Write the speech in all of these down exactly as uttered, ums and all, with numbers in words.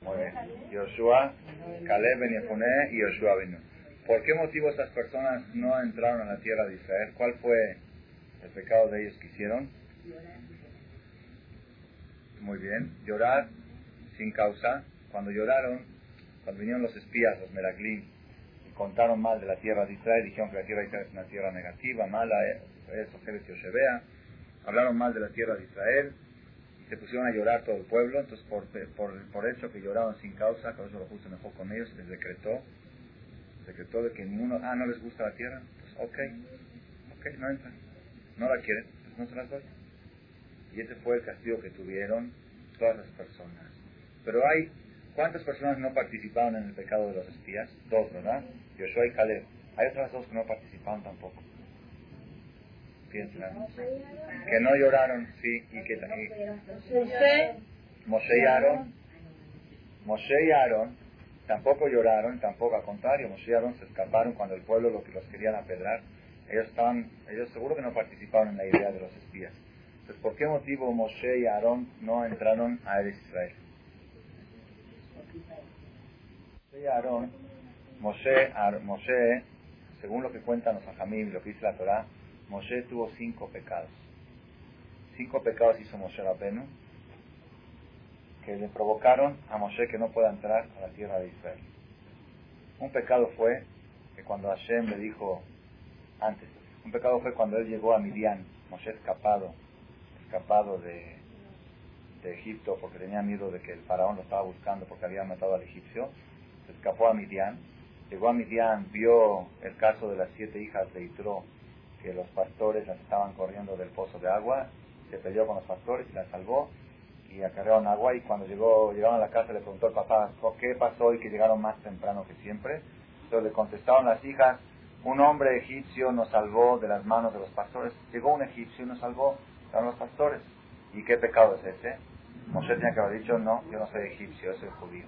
Muy bien. Yoshua, Caleb ben Yefuné y Yoshua ben Nun. ¿Por qué motivo estas personas no entraron a la tierra de Israel? ¿Cuál fue el pecado de ellos que hicieron? Muy bien. Llorar sin causa. Cuando lloraron, cuando vinieron los espías, los Meraglim, y contaron mal de la tierra de Israel, dijeron que la tierra de Israel es una tierra negativa, mala, eso, Jebes Yoshebea. Hablaron mal de la tierra de Israel y se pusieron a llorar todo el pueblo. Entonces, por, por, por hecho que lloraron sin causa, por eso lo justo enojó con ellos y les decretó, decretó de que ninguno, ah, no les gusta la tierra, pues ok, ok, no entran, no la quieren, pues no se las doy. Y ese fue el castigo que tuvieron todas las personas. Pero hay, ¿cuántas personas no participaron en el pecado de los espías? Dos, ¿verdad? Yoshua y Caleb. Hay otras dos que no participaron tampoco. Piensan. Que no lloraron, sí, y que también. Moshe y Aarón. Moshe y Aarón tampoco lloraron, tampoco, al contrario, Moshe y Aarón se escaparon cuando el pueblo los, los querían apedrar. Ellos estaban, ellos seguro que no participaron en la idea de los espías. Entonces, ¿por qué motivo Moshe y Aarón no entraron a Eretz Israel? Moshe y Aarón, Moshe, Ar, Moshe, según lo que cuentan los Ajamim, lo que dice la Torah, Moshe tuvo cinco pecados. Cinco pecados hizo Moshe Rabbeinu que le provocaron a Moshe que no pueda entrar a la tierra de Israel. Un pecado fue que cuando Hashem le dijo antes, un pecado fue cuando él llegó a Midian, Moshe escapado, escapado de, de Egipto porque tenía miedo de que el faraón lo estaba buscando porque había matado al egipcio, se escapó a Midian, llegó a Midian, vio el caso de las siete hijas de Yitro, que los pastores las estaban corriendo del pozo de agua, se peleó con los pastores y las salvó y acarrearon agua, y cuando llegó llegaron a la casa le preguntó al papá ¿qué pasó y que llegaron más temprano que siempre? Entonces le contestaron las hijas, un hombre egipcio nos salvó de las manos de los pastores. Llegó un egipcio y nos salvó de los pastores. ¿Y qué pecado es ese? Moshe tenía que haber dicho, no, yo no soy egipcio, yo soy judío.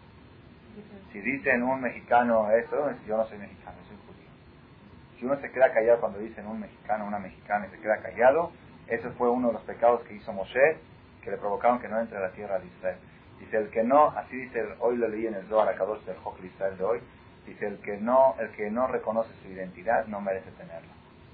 Si dicen un mexicano esto, yo no soy mexicano, yo soy judío. Si uno se queda callado cuando dicen un mexicano, una mexicana y se queda callado, ese fue uno de los pecados que hizo Moshe, que le provocaron que no entre a la tierra de Israel. Dice el que no, así dice, el, hoy lo leí en el Zohar Akadosh del Jok Israel de hoy, dice el que no, el que no reconoce su identidad no merece tenerla.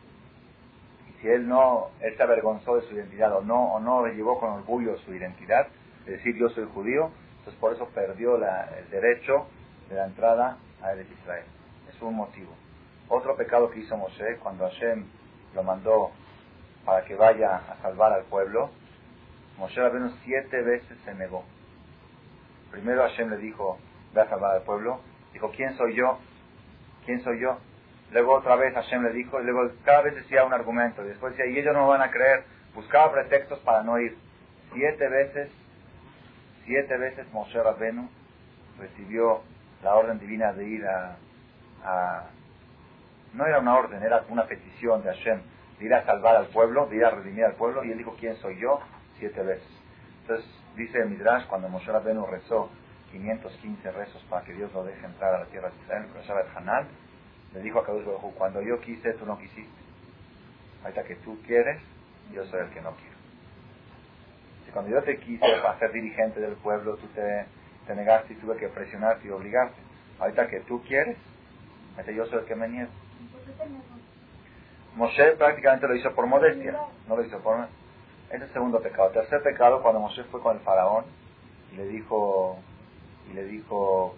Y si él no, él se avergonzó de su identidad o no, o no llevó con orgullo su identidad, es decir, yo soy judío, entonces por eso perdió la, el derecho de la entrada a Eretz Israel. Es un motivo. Otro pecado que hizo Moshe, cuando Hashem lo mandó para que vaya a salvar al pueblo, Moshe Rabbeinu siete veces se negó. Primero Hashem le dijo, ve a salvar al pueblo. Dijo, ¿quién soy yo? ¿Quién soy yo? Luego otra vez Hashem le dijo, y luego cada vez decía un argumento, y después decía, y ellos no van a creer. Buscaba pretextos para no ir. Siete veces, siete veces Moshe Rabbeinu recibió la orden divina de ir a, a... No era una orden, era una petición de Hashem, de ir a salvar al pueblo, de ir a redimir al pueblo, y él dijo, ¿quién soy yo? Siete veces. Entonces, dice el Midrash, cuando Moshe Rabbeinu rezó quinientos quince rezos para que Dios lo deje entrar a la tierra de Israel, el Shabbat Hanan, le dijo a Kadosh Baruj Hu, cuando yo quise, tú no quisiste. Ahorita que tú quieres, yo soy el que no quiero. Si cuando yo te quise para ser dirigente del pueblo, tú te, te negaste y tuve que presionarte y obligarte. Ahorita que tú quieres, yo soy el que me niego. Moshe prácticamente lo hizo por modestia, no lo hizo por... Ese es el segundo pecado. El tercer pecado, cuando Moshe fue con el faraón y le dijo, y le dijo,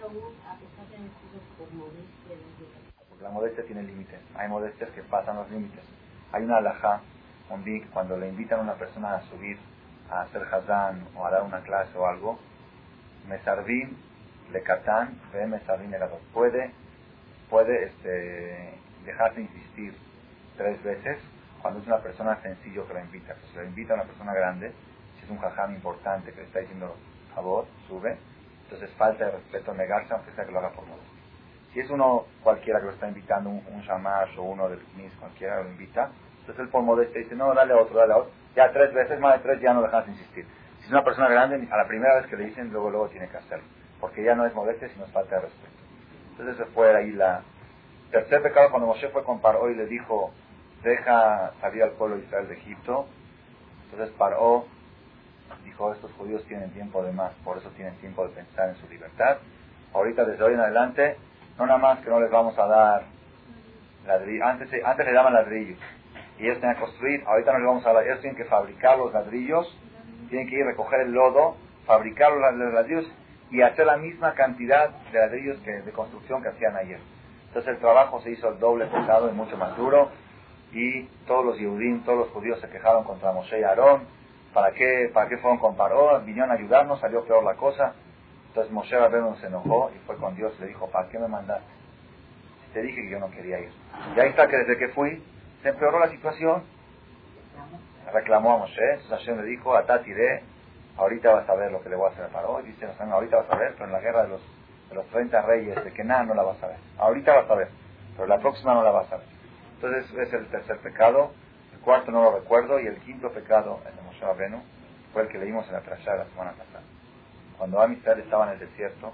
porque la modestia tiene límites. Hay modestias que pasan los límites. Hay una halajá, un big, cuando le invitan a una persona a subir a hacer hazán o a dar una clase o algo, mesarvim le katán, ve mesarvim le gadol. Puede, puede este, dejarse insistir tres veces cuando es una persona sencillo que la invita. Si la invita a una persona grande, si es un jajam importante que le está diciendo favor, sube, entonces falta de respeto negarse aunque sea que lo haga por modestia. Si es uno cualquiera que lo está invitando, un, un shamash o uno del Knis, cualquiera lo invita, entonces él por modestia dice, no, dale a otro, dale a otro. Ya tres veces, más de tres, ya no dejas de insistir. Si es una persona grande, a la primera vez que le dicen, luego luego tiene que hacerlo. Porque ya no es modestia, sino es falta de respeto. Entonces se fue ahí la... Tercer pecado, cuando Moshe fue con Paró y le dijo, deja salir al pueblo de Israel de Egipto. Entonces Paró dijo, estos judíos tienen tiempo de más, por eso tienen tiempo de pensar en su libertad. Ahorita, desde hoy en adelante, no nada más que no les vamos a dar ladrillos, antes, antes les daban ladrillos, y ellos tenían que construir, ahorita no les vamos a dar, ellos tienen que fabricar los ladrillos, tienen que ir a recoger el lodo, fabricar los ladrillos, y hacer la misma cantidad de ladrillos que de construcción que hacían ayer. Entonces el trabajo se hizo el doble pesado y mucho más duro, y todos los Yehudim, todos los judíos se quejaron contra Moshe y Aarón. ¿Para qué, para qué fueron con Paró? Vinieron a ayudarnos, salió peor la cosa. Entonces Moshe Rabbeinu se enojó y fue con Dios y le dijo, ¿para qué me mandaste? Te dije que yo no quería ir. Y ahí está que desde que fui se empeoró la situación. Reclamó a Moshe, entonces Hashem le dijo, Atá tiré, ahorita vas a ver lo que le voy a hacer a Paró. Y dice, ahorita vas a ver, pero en la guerra de los, de los treinta reyes de Kenan no la vas a ver. Ahorita vas a ver, pero la próxima no la vas a ver. Entonces es el tercer pecado, el cuarto no lo recuerdo, y el quinto pecado, el de Moshe Rabbeinu, fue el que leímos en la Trashá de la semana pasada. Cuando Am Israel estaba en el desierto,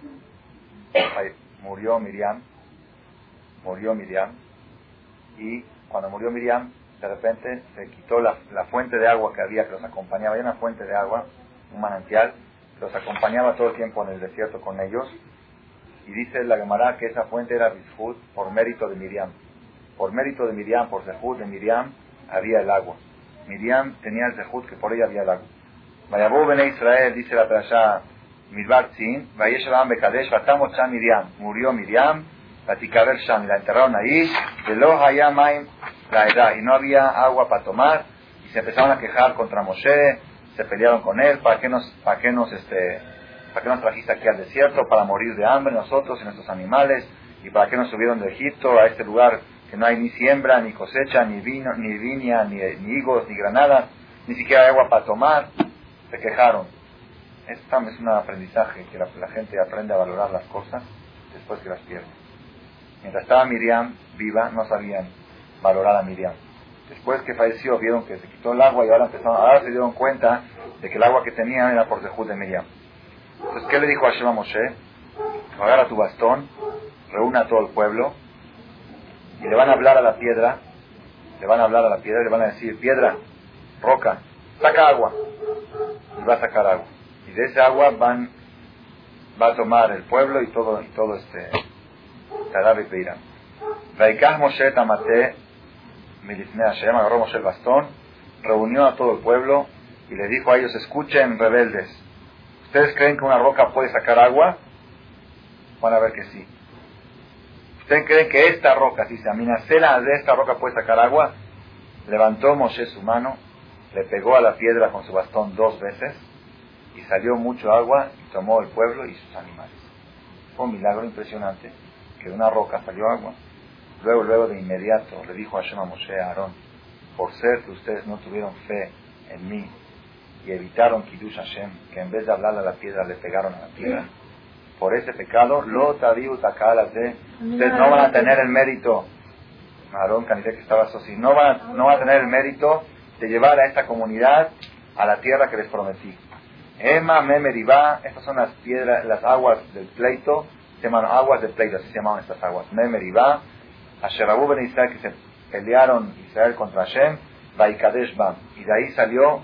murió Miriam, murió Miriam, y cuando murió Miriam, de repente se quitó la, la fuente de agua que había, que los acompañaba. Había una fuente de agua, un manantial, que los acompañaba todo el tiempo en el desierto con ellos, y dice la Gemara que esa fuente era Bishut por mérito de Miriam. Por mérito de Miriam, por Zehut de Miriam, había el agua. Miriam tenía el Zehut que por ella había el agua. Vayabú Bene Israel, dice la Trashá, Midbar Tzin, Vayeshavam Bekadesh, Vatamos Sham Miriam. Murió Miriam, Vatikaber Sham, y la enterraron ahí, Velo Hayamaim la edad, y no había agua para tomar, y se empezaron a quejar contra Moshe, se pelearon con él, ¿para qué nos, para qué nos, este, para qué nos trajiste aquí al desierto? Para morir de hambre nosotros y nuestros animales, y para qué nos subieron de Egipto a este lugar que no hay ni siembra, ni cosecha, ni vino, ni viña, ni, ni higos, ni granadas, ni siquiera hay agua para tomar. Se quejaron. Esto es un aprendizaje, que la, la gente aprende a valorar las cosas después que las pierde. Mientras estaba Miriam viva, no sabían valorar a Miriam. Después que falleció, vieron que se quitó el agua y ahora empezaron, ahora se dieron cuenta de que el agua que tenían era por Zehut de Miriam. Entonces, ¿qué le dijo Hashem a Moshe? Agarra tu bastón, reúne a todo el pueblo, y le van a hablar a la piedra, le van a hablar a la piedra y le van a decir, piedra, roca, saca agua. Y va a sacar agua. Y de ese agua van, va a tomar el pueblo y todo, y todo este, Tadab y Peirán. Vaikaj Moshe Tamate, Milifne Hashem, agarró Moshe el bastón, reunió a todo el pueblo y le dijo a ellos, escuchen rebeldes, ¿ustedes creen que una roca puede sacar agua? Van a ver que sí. ¿Ustedes creen que esta roca, si se aminacela de esta roca puede sacar agua? Levantó Moshe su mano, le pegó a la piedra con su bastón dos veces y salió mucho agua y tomó el pueblo y sus animales. Fue un milagro impresionante que de una roca salió agua. Luego, luego de inmediato le dijo Hashem a Moshe a Aarón, por ser que ustedes no tuvieron fe en mí y evitaron Kiddush Hashem, que en vez de hablarle a la piedra le pegaron a la piedra, por ese pecado, lo tabiu takalas de, ustedes no van a tener el mérito, Aarón Canité que estaba así, no van, a, no van a tener el mérito de llevar a esta comunidad a la tierra que les prometí. Ema Memeribá, estas son las piedras, las aguas del pleito, se llaman aguas del pleito, así se llamaban estas aguas. Memeribá, Asherabú Ben Israel, que se pelearon Israel contra Hashem, Vaikadesh Bam, y de ahí salió.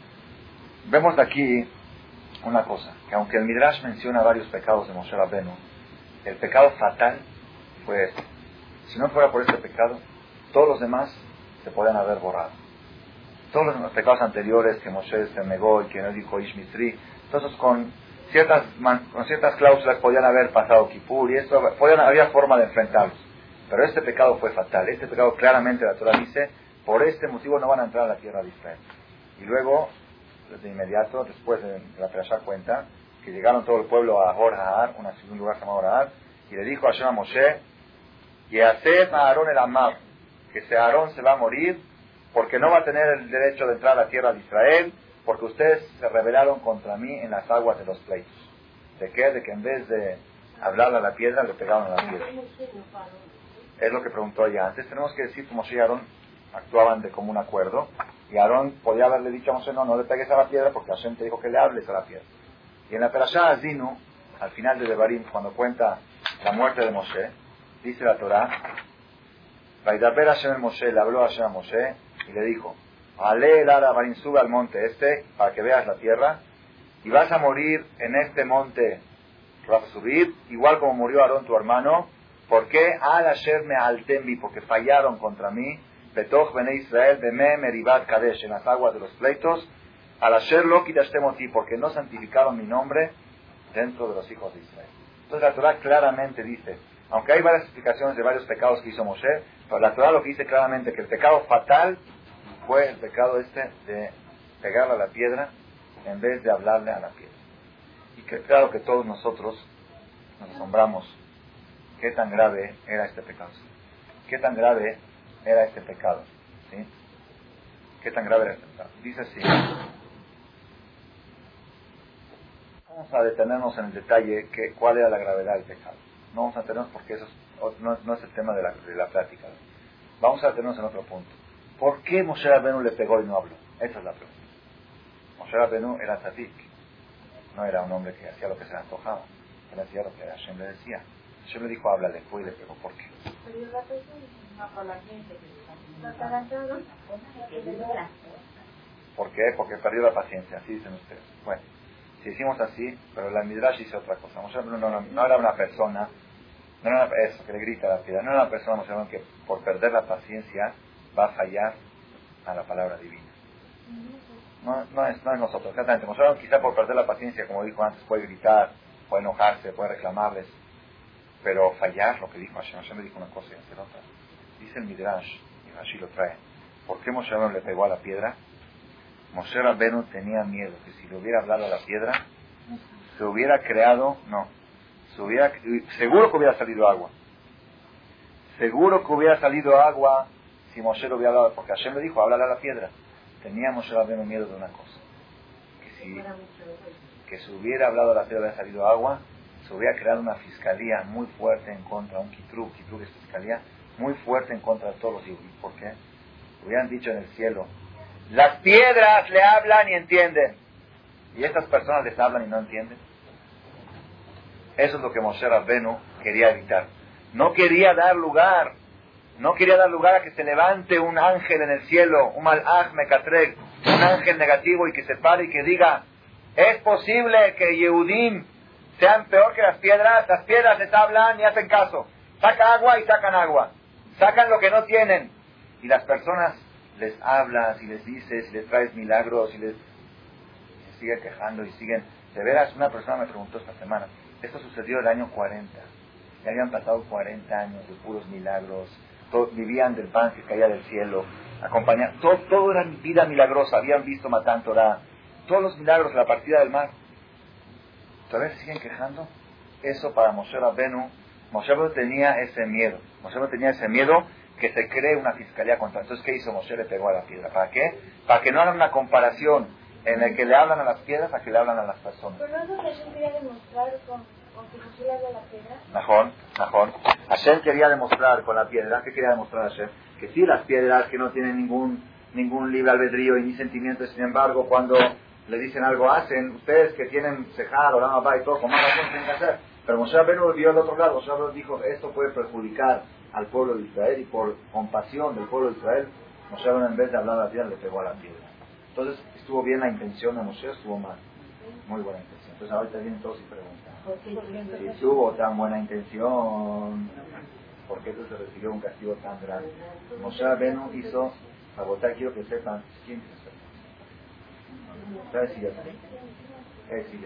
Vemos de aquí una cosa, que aunque el Midrash menciona varios pecados de Moshe Rabbeinu, el pecado fatal fue este. Si no fuera por este pecado, todos los demás se podían haber borrado. Todos los pecados anteriores que Moshe se negó y que no dijo Ish Mitri, todos con ciertas, con ciertas cláusulas podían haber pasado Kippur y eso, podían, había forma de enfrentarlos. Pero este pecado fue fatal. Este pecado claramente la Torah dice, por este motivo no van a entrar a la tierra de Israel. Y luego, de inmediato, después de la Perashá cuenta, que llegaron todo el pueblo a Hor Haar, un lugar llamado Hor Haar, y le dijo a Hashem a Moshe, y Yasef a Aarón el Amab, que ese Aarón se va a morir, porque no va a tener el derecho de entrar a la tierra de Israel, porque ustedes se rebelaron contra mí en las aguas de los pleitos. ¿De qué? De que en vez de hablarle a la piedra, le pegaron a la piedra. Es lo que preguntó ella antes. Tenemos que decir que Moshe y Aarón actuaban de común acuerdo, y Aarón podía haberle dicho a Moshe, no, no le pegues a la piedra, porque Hashem te dijo que le hables a la piedra. Y en la Perashá Azinu, al final de Devarim, cuando cuenta la muerte de Moshe, dice la Torah, Vaidaber Hashem el Moshe, le habló a Hashem a Moshe, y le dijo, Ale Lara Barín, sube al monte este para que veas la tierra y vas a morir en este monte. Vas a subir igual como murió Aarón tu hermano. ¿Por qué? Al Asher me altembi, porque fallaron contra mí. Betoch Bene Israel Beme Meribat Kadesh, en las aguas de los pleitos. Al Asher lo quitashtemoti, porque no santificaron mi nombre dentro de los hijos de Israel. Entonces la Torah claramente dice, aunque hay varias explicaciones de varios pecados que hizo Moshe, pero la Torah lo que dice claramente que el pecado fatal fue el pecado este de pegarle a la piedra en vez de hablarle a la piedra. Y que claro que todos nosotros nos asombramos qué tan grave era este pecado. Qué tan grave era este pecado. ¿Sí? Qué tan grave era este pecado. Dice así. Vamos a detenernos en el detalle que cuál era la gravedad del pecado. No vamos a detenernos porque eso es, no, no es el tema de la, de la plática. Vamos a detenernos en otro punto. ¿Por qué Moshe Rabbeinu le pegó y no habló? Esa es la pregunta. Moshe Rabbeinu era tzadik. No era un hombre que hacía lo que se le antojaba. Él hacía lo que Hashem le decía. Hashem le dijo, háblale, fue y le pegó. ¿Por qué? ¿Por qué? Porque perdió la paciencia. Así dicen ustedes. Bueno, si decimos así, pero la Midrash dice otra cosa. Moshe Rabbeinu no, no, no era una persona, no era una, eso que le grita a la piedra, no era una persona, Moshe Rabbeinu, que por perder la paciencia va a fallar a la palabra divina. No, no, es, no es nosotros, exactamente. Moshe Rabbeinu quizá por perder la paciencia, como dijo antes, puede gritar, puede enojarse, puede reclamarles, pero fallar lo que dijo Hashem. Hashem le dijo una cosa y hacer otra. Dice el Midrash, y Rashi lo trae, ¿por qué Moshe Rabbeinu le pegó a la piedra? Moshe Rabbeinu tenía miedo que si le hubiera hablado a la piedra, se hubiera creado, no, se hubiera, seguro que hubiera salido agua. Seguro que hubiera salido agua si Moshe lo hubiera hablado, porque Hashem le dijo, háblale a la piedra. Tenía Moshe Rabbeinu miedo de una cosa, que si que se hubiera hablado a la piedra hubiera salido agua, se hubiera creado una fiscalía muy fuerte en contra, un kitruk, kitruk es fiscalía, muy fuerte en contra de todos los hijos. ¿Por qué? Hubieran dicho en el cielo, las piedras le hablan y entienden, y estas personas les hablan y no entienden. Eso es lo que Moshe Rabbeinu quería evitar. No quería dar lugar, no quería dar lugar a que se levante un ángel en el cielo, un malach mekatrek, un ángel negativo, y que se pare y que diga, es posible que Yehudim sean peor que las piedras. Las piedras les hablan y hacen caso. Saca agua y sacan agua. Sacan lo que no tienen. Y las personas les hablas y les dices y les traes milagros y les y se siguen quejando y siguen. De veras, una persona me preguntó esta semana. Esto sucedió el año cuarenta. Ya habían pasado cuarenta años de puros milagros. Todo, vivían del pan que caía del cielo. Acompañaban. Todo, todo era vida milagrosa. Habían visto Matán Torah. Todos los milagros de la partida del mar. ¿Todavía se siguen quejando? Eso para Moshe Rabbeinu. Moshe Rabbeinu tenía ese miedo. Moshe Rabbeinu tenía ese miedo que se cree una fiscalía contra. Entonces, ¿qué hizo Moshe? Le pegó a la piedra. ¿Para qué? Para que no hagan una comparación en la que le hablan a las piedras a que le hablan a las personas. ¿Pero no es lo que Hashem quería demostrar con, con que Moshe le habla a la piedra? Najón, Najón. Hashem quería demostrar con la piedra. ¿Qué quería demostrar Hashem? Que sí, las piedras que no tienen ningún, ningún libre albedrío y ni sentimientos, sin embargo, cuando le dicen algo hacen. Ustedes que tienen cejar, olam abba y todo, con más razón tienen que hacer. Pero Moshe Rabbeinu vio el otro lado. Moshe Rabbeinu dijo, esto puede perjudicar al pueblo de Israel, y por compasión del pueblo de Israel, Moshe Rabbeinu, en vez de hablar a la piedra, le pegó a la piedra. Entonces, ¿estuvo bien la intención de Moshe? Estuvo mal. Muy buena intención. Entonces ahorita vienen todos y preguntan, si tuvo tan buena intención, ¿por qué eso se recibió un castigo tan grande? Moshe Rabbeinu hizo, a votar, quiero que sepan, ¿quién se sepa? ¿Sabes si ya está? ¿Qué si ya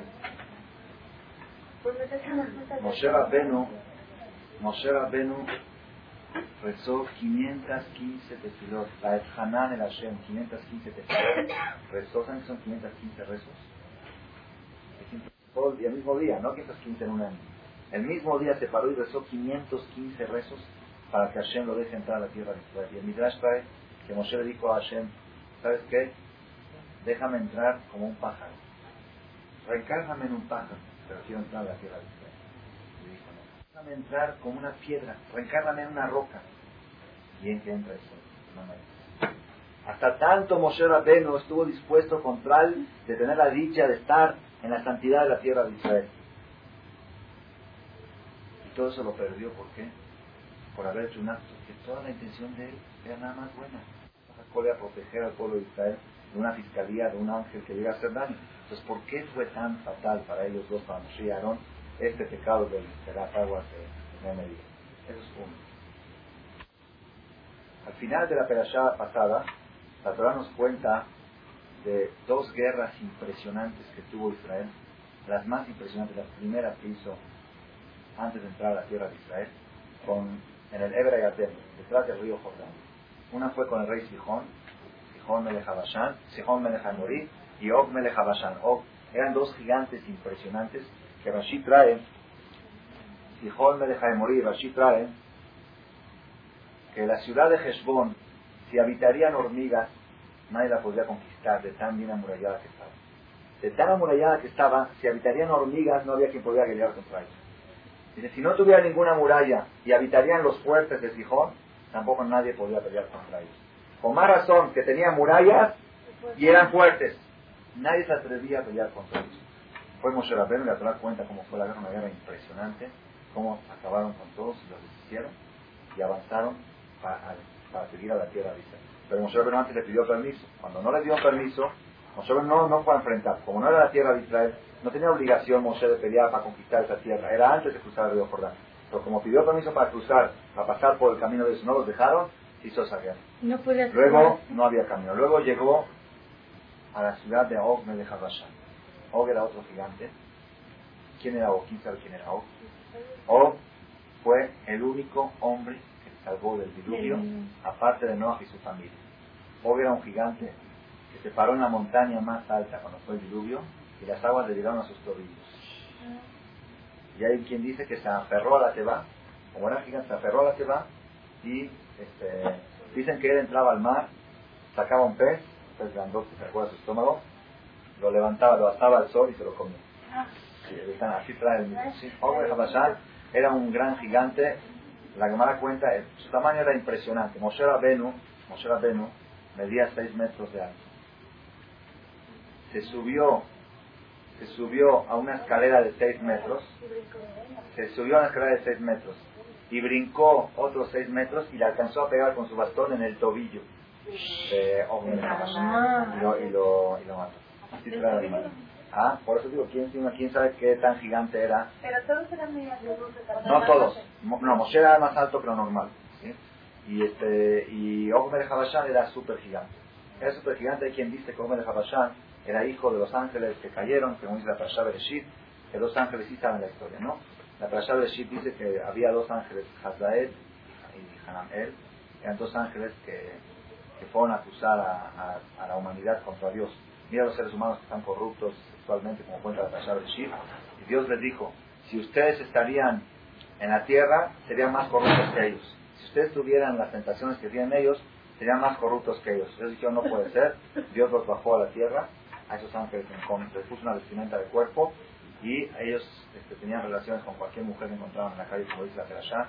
está? Moshe Rabbeinu, Moshe Rabbeinu rezó quinientas quince tefilot, la Hanan el Hashem, quinientas quince tefilot, rezó. ¿Saben que son quinientas quince rezos? Todo el, día, el mismo día, no quinientos quince en un año. El mismo día se paró y rezó quinientos quince rezos para que Hashem lo deje entrar a la tierra de Israel. Y el Midrash trae que Moshe le dijo a Hashem, ¿sabes qué? Déjame entrar como un pájaro. Reencárname en un pájaro, pero quiero entrar a la tierra de Israel. Le dijo, no. Déjame entrar como una piedra, reencárname en una roca. Bien que entra eso. No me... Hasta tanto Moshe Rabbeinu estuvo dispuesto con tal de tener la dicha de estar en la santidad de la tierra de Israel. Y todo eso lo perdió, ¿por qué? Por haber hecho un acto que toda la intención de él era nada más buena. podía proteger al pueblo de Israel de una fiscalía, de un ángel que llega a hacer daño. Entonces, ¿por qué fue tan fatal para ellos dos, para Moshe y Aarón, este pecado de las aguas de Neneveh? Eso es uno. Al final de la perashá pasada, la Torah nos cuenta de dos guerras impresionantes que tuvo Israel, las más impresionantes, las primeras que hizo antes de entrar a la tierra de Israel, con, en el Eber Hayatén, detrás del río Jordán. Una fue con el rey Sihón, Sihón Melech HaBashan, Sihón Melech HaMorí y Og Melech HaBashan. Og eran dos gigantes impresionantes que Rashi trae, Sihón Melech HaMorí y Rashi trae que la ciudad de Heshbón, si habitarían hormigas, nadie la podría conquistar de tan bien amurallada que estaba. De tan amurallada que estaba, si habitarían hormigas, no había quien pudiera pelear contra ellos. Dice, si no tuviera ninguna muralla y habitarían los fuertes de Sihón, tampoco nadie podía pelear contra ellos. Con más razón, que tenían murallas y eran fuertes. Nadie se atrevía a pelear contra ellos. Fue Moshe Rabbeinu y la Torah cuenta cómo fue la guerra, una guerra impresionante, cómo acabaron con todos y los deshicieron y avanzaron para, para seguir a la tierra de Israel. Pero Moshe Rabbeinu antes le pidió permiso. Cuando no le dio permiso, Moshe Rabbeinu no, no fue a enfrentar. Como no era la tierra de Israel, no tenía obligación Moshe de pelear para conquistar esa tierra. Era antes de cruzar el río Jordán. Pero como pidió permiso para cruzar, para pasar por el camino de ellos, no los dejaron, hizo esa guerra. No podía Luego no había camino. Luego llegó a la ciudad de Og Melech HaBashan. Og era otro gigante. ¿Quién era Og? ¿Quién sabe quién era Og? Og fue el único hombre que se salvó del diluvio, aparte de Noah y su familia. Og era un gigante que se paró en la montaña más alta cuando fue el diluvio y las aguas le llegaron a sus tobillos. Y hay quien dice que se aferró a la teba, como era gigante, se aferró a la teba y este, dicen que él entraba al mar, sacaba un pez, un pez grandote que recuerda su estómago, lo levantaba, lo asaba al sol y se lo comía. Sí, así trae el mismo. Sí. Og Melech HaBashan era un gran gigante. La Gemara cuenta, su tamaño era impresionante. Moshe Rabbeinu, Moshe Rabbeinu medía seis metros de alto. Se subió, se subió a una escalera de seis metros, se subió a una escalera de seis metros y brincó otros seis metros y le alcanzó a pegar con su bastón en el tobillo de Og Melech HaBashan y lo, y lo, y lo mató. Así trae la Gemara. Ah, por eso digo, ¿quién, ¿quién sabe qué tan gigante era? Pero todos eran muy altos. No todos. No, Moshe era más alto que lo normal. ¿Sí? Y este y Og Melech HaBashan era súper gigante. Era súper gigante. Hay quien dice que Og Melech HaBashan era hijo de los ángeles que cayeron, según dice la Parashá Bereshit, que dos ángeles sí saben la historia, ¿no? La Parashá Bereshit dice que había dos ángeles, Hazael y Hanamel, eran dos ángeles que, que fueron a acusar a, a, a la humanidad contra Dios. Mira los seres humanos que están corruptos sexualmente, como cuenta la Parashá Bereshit, y Dios les dijo, si ustedes estarían en la tierra, serían más corruptos que ellos. Si ustedes tuvieran las tentaciones que tienen ellos, serían más corruptos que ellos. Ellos dijeron, no puede ser. Dios los bajó a la tierra, a esos ángeles, les puso una vestimenta de cuerpo, y ellos este, tenían relaciones con cualquier mujer que encontraban en la calle, como dice la Perashá,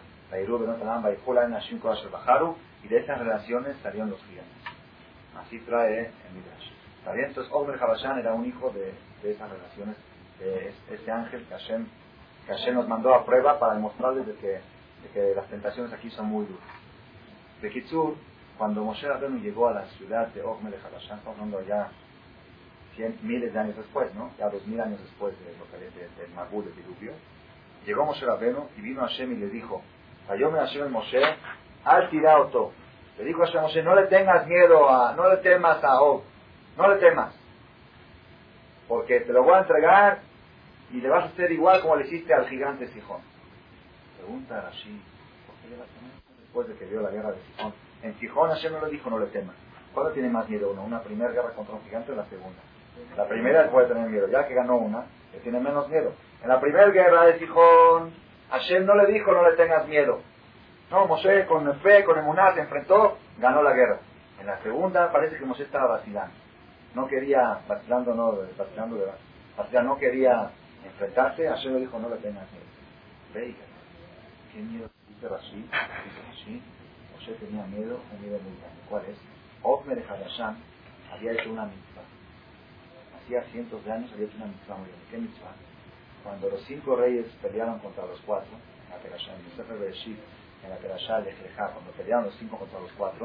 y de esas relaciones salieron los gigantes. Así trae el Midrash. ¿Está bien? Entonces, Og Melech HaBashan era un hijo de, de esas relaciones, de ese ángel que Hashem, que Hashem nos mandó a prueba para demostrarles de que, de que las tentaciones aquí son muy duras. De Kitzur, cuando Moshe Rabbeinu llegó a la ciudad de Og Melech HaBashan, estamos hablando ya cien, miles de años después, ¿no? Ya dos mil años después de lo que de, del Magul, del diluvio, llegó Moshe Rabbeinu y vino Hashem y le dijo, Vayome Hashem el Moshe, al tirauto. Le dijo a Hashem Moshe, no le tengas miedo, a, no le temas a Og, no le temas, porque te lo voy a entregar y le vas a hacer igual como le hiciste al gigante Sihón. Pregunta a Rashi, ¿por qué le va a temer? Después de que vio la guerra de Sihón. En Sihón Hashem no le dijo no le temas. ¿Cuándo tiene más miedo uno? ¿Una primera guerra contra un gigante o la segunda? La primera él puede tener miedo, ya que ganó una, él tiene menos miedo. En la primera guerra de Sihón, Hashem no le dijo no le tengas miedo. No, Moshe con fe, con emuná se enfrentó, ganó la guerra. En la segunda parece que Moshe estaba vacilando. No quería, vacilando no, vacilando de vacilando, no quería enfrentarse. Hashem le dijo no le tengas miedo. Ve, ¿qué miedo dice Rashi? Dice Rashi, Moshe tenía miedo, un miedo muy grande. ¿Cuál es? Og Melech HaBashan había hecho una mitzvah. Hacía cientos de años había hecho una mitzvah muy grande. ¿Qué mitzvah? Cuando los cinco reyes pelearon contra los cuatro, en la Perashá, en el Sefer Bereshit, en la Perashá de Ejlejá, cuando pelearon los cinco contra los cuatro,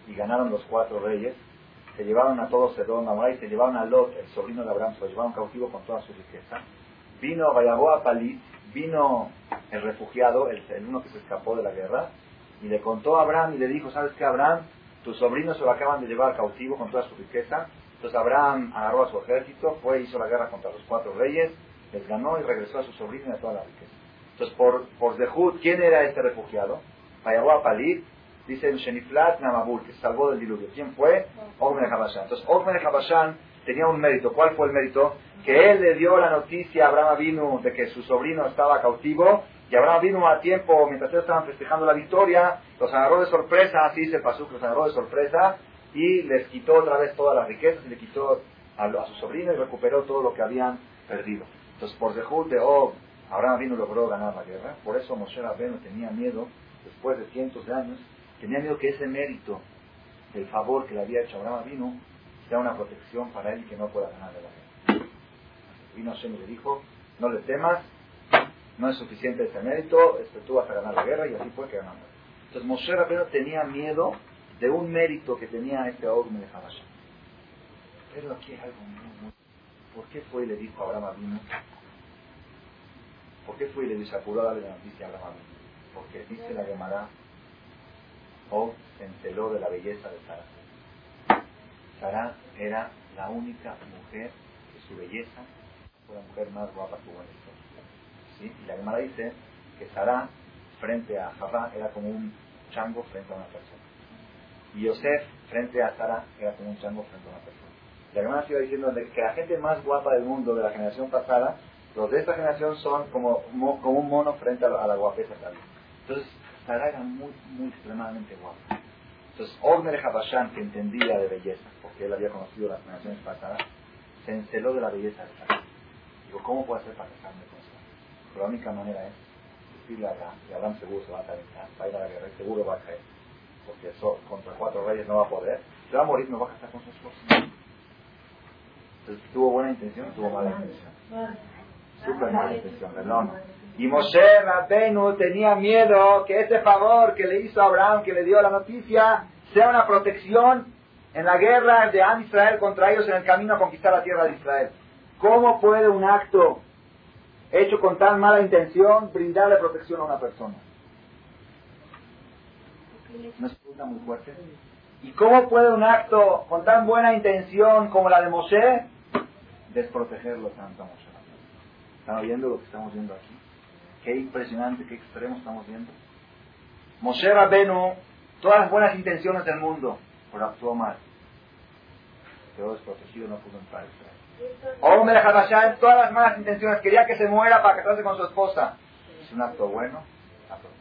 y ganaron los cuatro reyes, se llevaron a todos Sedón, Amorá, y se llevaron a Lot, el sobrino de Abraham, se lo llevaron cautivo con toda su riqueza. Vino Vayaboa Palit, vino el refugiado, el, el uno que se escapó de la guerra, y le contó a Abraham y le dijo, ¿sabes qué, Abraham? Tu sobrino se lo acaban de llevar cautivo con toda su riqueza. Entonces Abraham agarró a su ejército, fue, hizo la guerra contra los cuatro reyes, les ganó y regresó a su sobrino y a toda la riqueza. Entonces, por, por Zehut, ¿quién era este refugiado? Vayaboa Palit, dice Sheniflat Namabul, que se salvó del diluvio. ¿Quién fue? Og Melech HaBashan. Entonces, Og Melech HaBashan tenía un mérito. ¿Cuál fue el mérito? Que él le dio la noticia a Abraham Avinu de que su sobrino estaba cautivo, y Abraham Avinu a tiempo, mientras ellos estaban festejando la victoria, los agarró de sorpresa, así dice el pasuk, los agarró de sorpresa, y les quitó otra vez todas las riquezas, y le quitó a, a su sobrino y recuperó todo lo que habían perdido. Entonces, por Zehut de Og, Abraham Avinu logró ganar la guerra. Por eso Moshe Rabbeinu tenía miedo, después de cientos de años, tenía miedo que ese mérito del favor que le había hecho Abraham Avinu sea una protección para él y que no pueda ganar de la guerra. Vino Hashem y le dijo, no le temas, no es suficiente ese mérito, este, tú vas a ganar la guerra, y así fue que ganó. Entonces Moshe Rabbeinu tenía miedo de un mérito que tenía este Og Melech HaBashan. Pero aquí hay algo muy, muy... ¿Por qué fue y le dijo a Abraham Avinu? ¿Por qué fue y le dijo, apuró a darle la noticia a Abraham Avinu? Porque dice la Gemara, Og se enceló de la belleza de Sara. Sara era la única mujer que su belleza fue la mujer más guapa que hubo en la historia. ¿Sí? Y la Gemara dice que Sara, frente a Javá, era como un chango frente a una persona. Y Yosef, frente a Sara, era como un chango frente a una persona. Y la Gemara sigue diciendo que la gente más guapa del mundo de la generación pasada, los de esta generación son como, como un mono frente a la, a la guapesa también. Entonces, Sara era muy, muy extremadamente guapa. Entonces, Og Melech HaBashan, que entendía de belleza, porque él había conocido las generaciones pasadas, se enceló de la belleza de Sara. Digo, ¿cómo puedo hacer para casarme con Sara? Pero la única manera es decirle a Abraham, y Abraham seguro se va a calentar, va a ir a la guerra y seguro va a caer, porque eso, contra cuatro reyes no va a poder, se va a morir, no va a casar con su esposa. Entonces, ¿tuvo buena intención o tuvo mala intención? Súper mala intención, perdón. Y Moshe Rabbeinu tenía miedo que ese favor que le hizo a Abraham, que le dio la noticia, sea una protección en la guerra de Am Israel contra ellos en el camino a conquistar la tierra de Israel. ¿Cómo puede un acto hecho con tan mala intención brindarle protección a una persona? ¿No es pregunta muy fuerte? ¿Y cómo puede un acto con tan buena intención como la de Moshe desprotegerlo tanto a Moshe? ¿Están oyendo lo que estamos viendo aquí? Qué impresionante, qué extremo estamos viendo. Moshe Rabbeinu, todas las buenas intenciones del mundo, pero actuó mal. Quedó desprotegido, no pudo entrar a Israel. Og Melech HaBashan, todas las malas intenciones, quería que se muera para casarse con su esposa. Es un acto bueno, acto.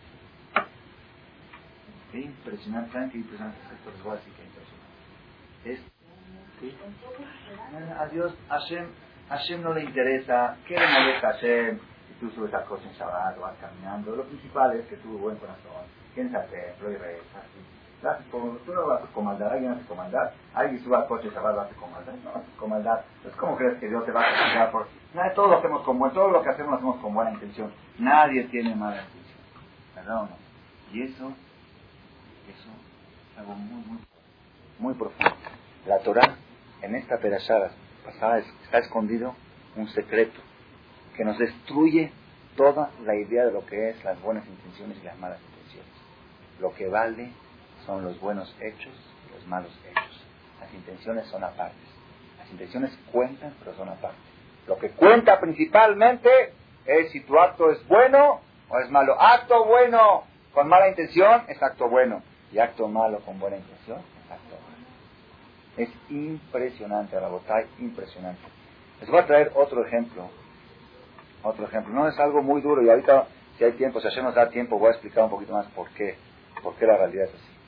Qué impresionante, ¿saben qué impresionante es esto? Les voy a decir qué impresionante. Es, ¿sí? A Dios, Hashem, Hashem no le interesa, ¿qué le molesta a Hashem? Tú subes al coche en Shabbat, vas caminando. Lo principal es que tú buen corazón, tienes al templo y rezas. Tú no vas a comandar, alguien hace comandar, alguien sube al coche en Shabbat, vas a comandar. No vas a comandar. Entonces, ¿cómo crees que Dios te va a castigar por...? Nada, todo lo hacemos con buen, todo lo que hacemos lo hacemos con buena intención. Nadie tiene mala intención. ¿Verdad o no? Y eso, eso es algo muy, muy, muy profundo. La Torah, en esta perashá pasada, está escondido un secreto que nos destruye toda la idea de lo que es las buenas intenciones y las malas intenciones. Lo que vale son los buenos hechos y los malos hechos. Las intenciones son apartes. Las intenciones cuentan, pero son apartes. Lo que cuenta principalmente es si tu acto es bueno o es malo. Acto bueno con mala intención es acto bueno, y acto malo con buena intención es acto malo. Es impresionante, Rabotay, impresionante. Les voy a traer otro ejemplo. Otro ejemplo, no es algo muy duro, y ahorita, si hay tiempo, si Hashem nos da tiempo, voy a explicar un poquito más por qué, por qué la realidad es así.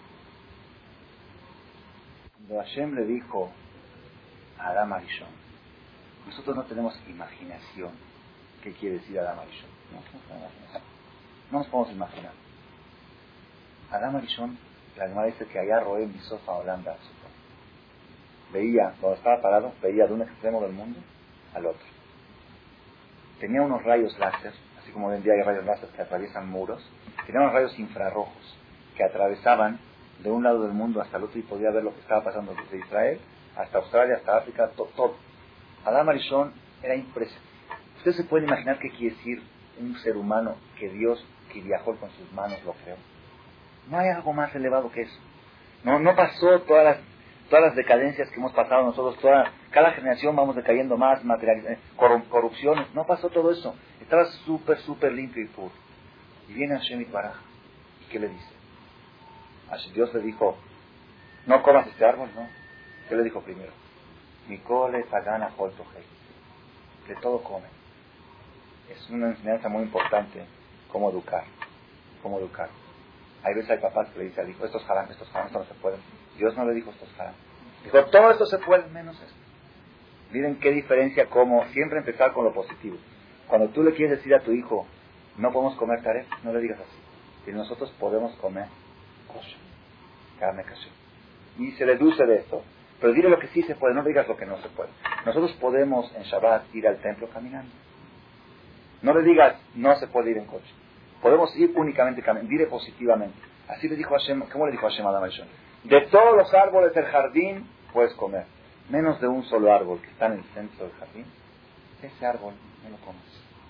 Cuando Hashem le dijo a Adam Arishon, nosotros no tenemos imaginación, ¿qué quiere decir Adam Arishon? No, no, no nos podemos imaginar. Adam Arishon, la Gemara dice que allá roé mi sofá Holanda, veía, cuando estaba parado, veía de un extremo del mundo al otro. Tenía unos rayos láser, así como hoy en día hay rayos láser que atraviesan muros, tenía unos rayos infrarrojos que atravesaban de un lado del mundo hasta el otro y podía ver lo que estaba pasando desde Israel hasta Australia, hasta África, to, todo. Adam Arishon era impresionante. Ustedes se pueden imaginar qué quiere decir un ser humano que Dios, que viajó con sus manos, lo creó. No hay algo más elevado que eso. No, no pasó todas las, todas las decadencias que hemos pasado nosotros, toda, cada generación vamos decayendo más, material, corrupciones, no pasó todo eso. Estaba súper, súper limpio y puro. Y viene Hashem y Baraj. ¿Y qué le dice? Dios le dijo, no comas este árbol, ¿no? ¿Qué le dijo primero? Mikole Tagana Holtohei. De todo come. Es una enseñanza muy importante, cómo educar. Cómo educar. Hay veces hay papás que le dicen al hijo, estos harán, estos harán, esto no se pueden. Dios no le dijo estos harán. Dijo, todo esto se puede, menos esto. Miren qué diferencia, cómo siempre empezar con lo positivo. Cuando tú le quieres decir a tu hijo, no podemos comer taref, no le digas así. Y nosotros podemos comer kosher, carne kosher. Y se deduce de esto. Pero dile lo que sí se puede, no digas lo que no se puede. Nosotros podemos en Shabbat ir al templo caminando. No le digas, no se puede ir en coche. Podemos ir únicamente caminando, dile positivamente. Así le dijo Hashem, ¿cómo le dijo Hashem a Adam Arishon? De todos los árboles del jardín puedes comer, menos de un solo árbol que está en el centro del jardín. Ese árbol no lo comes.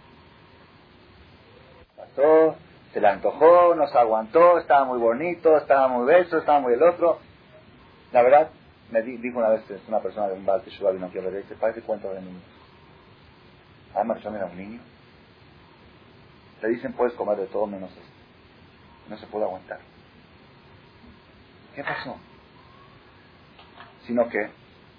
Pasó, se le antojó, no se aguantó, estaba muy bonito, estaba muy beso, estaba muy el otro. La verdad, me di, dijo una vez una persona de un bar de Shua vino aquí a ver, dice, parece cuento de niños. Adam Arishon era un niño. Le dicen, puedes comer de todo menos esto. No se puede aguantar. ¿Qué pasó? Sino que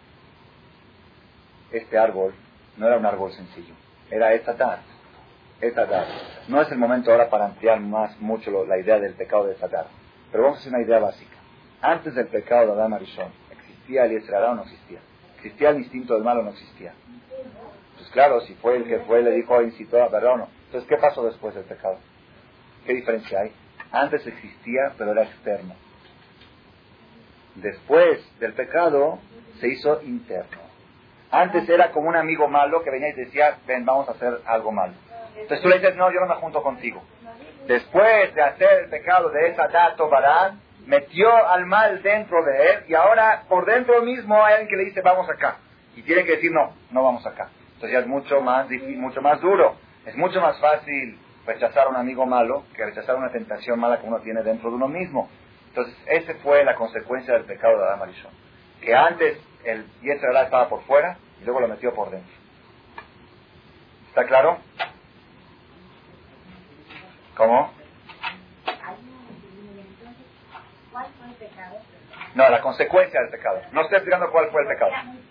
este árbol no era un árbol sencillo. Era esta tarde. Esta tarde. No es el momento ahora para ampliar más mucho lo, la idea del pecado de esta tarde. Pero vamos a hacer una idea básica. Antes del pecado de Adam Arishon, ¿existía el Yetzer Hara o no existía? ¿Existía el instinto del mal o no existía? Pues claro, si fue el que fue, le dijo, incitó a verdad o no. Entonces, ¿qué pasó después del pecado? ¿Qué diferencia hay? Antes existía, pero era externo. Después del pecado, se hizo interno. Antes era como un amigo malo que venía y decía, ven, vamos a hacer algo malo. Entonces tú le dices, no, yo no me junto contigo. Después de hacer el pecado de esa dato barán, metió al mal dentro de él, y ahora por dentro mismo hay alguien que le dice, vamos acá. Y tiene que decir, no, no vamos acá. Entonces ya es mucho más difícil, mucho más duro. Es mucho más fácil rechazar a un amigo malo que rechazar una tentación mala que uno tiene dentro de uno mismo. Entonces, esa fue la consecuencia del pecado de Adam Arishon. Que antes el Yetzer Hara estaba por fuera y luego lo metió por dentro. ¿Está claro? ¿Cómo? ¿Cuál fue el pecado? No, la consecuencia del pecado. No estoy explicando cuál fue el pecado.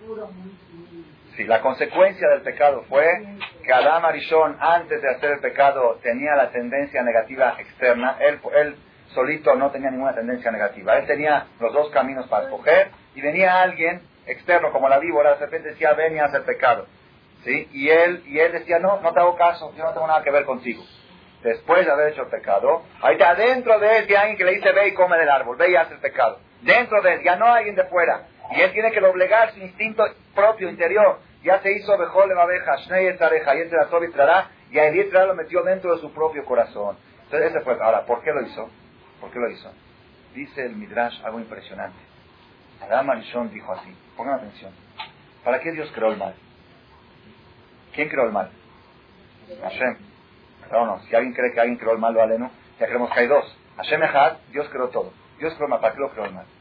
Sí, la consecuencia del pecado fue que Adam Arishon, antes de hacer el pecado, tenía la tendencia negativa externa. Él, él solito no tenía ninguna tendencia negativa. Él tenía los dos caminos para escoger, y venía alguien externo, como la víbora, de repente decía, ven y haz el pecado. ¿Sí? Y él, y él decía, no, no te hago caso, yo no tengo nada que ver contigo. Después de haber hecho el pecado, ahí está dentro de él, hay alguien que le dice, ve y come del árbol, ve y haz el pecado. Dentro de él, ya no hay alguien de fuera. Y él tiene que doblegar su instinto propio, interior. Ya se hizo Bejole Babeja, Shnei Etzareja, Yetzer Atov Yitzrara, y a Yetzer lo metió dentro de su propio corazón. Entonces ese fue. Ahora, ¿por qué lo hizo? ¿Por qué lo hizo? Dice el Midrash algo impresionante. Adam Arishon dijo así, pongan atención. ¿Para qué Dios creó el mal? ¿Quién creó el mal? Hashem. No, no, si alguien cree que alguien creó el mal, vale, no, ya creemos que hay dos. Hashem Echad, Dios creó todo. Dios creó el mal, ¿para qué lo creó el mal?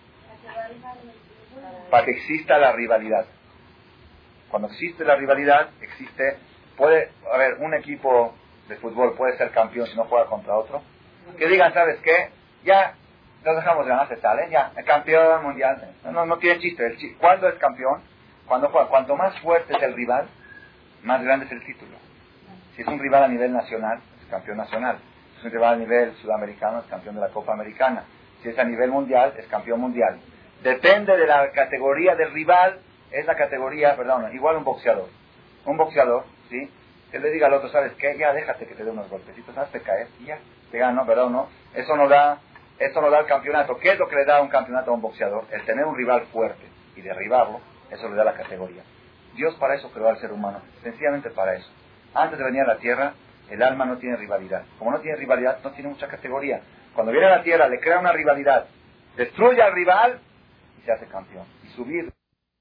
Para que exista la rivalidad. Cuando existe la rivalidad, existe, puede haber un equipo de fútbol, puede ser campeón si no juega contra otro. Que digan, ¿sabes qué? Ya, nos dejamos de ganar, se salen, ya, el campeón mundial. No, no, no tiene chiste. El chiste. ¿Cuándo es campeón? Cuando juega. Cuanto más fuerte es el rival, más grande es el título. Si es un rival a nivel nacional, es campeón nacional. Si es un rival a nivel sudamericano, es campeón de la Copa Americana. Si es a nivel mundial, es campeón mundial. Depende de la categoría del rival, es la categoría, perdón, igual un boxeador. Un boxeador, ¿sí? Que le diga al otro, ¿sabes qué? Ya déjate que te dé unos golpecitos, hazte caer y ya, te gano, ¿verdad o no? Eso no da, eso no da el campeonato. ¿Qué es lo que le da un campeonato a un boxeador? El tener un rival fuerte y derribarlo, eso le da la categoría. Dios para eso creó al ser humano, sencillamente para eso. Antes de venir a la tierra, el alma no tiene rivalidad. Como no tiene rivalidad, no tiene mucha categoría. Cuando viene a la tierra, le crea una rivalidad destruye al rival y se hace campeón. Y subir.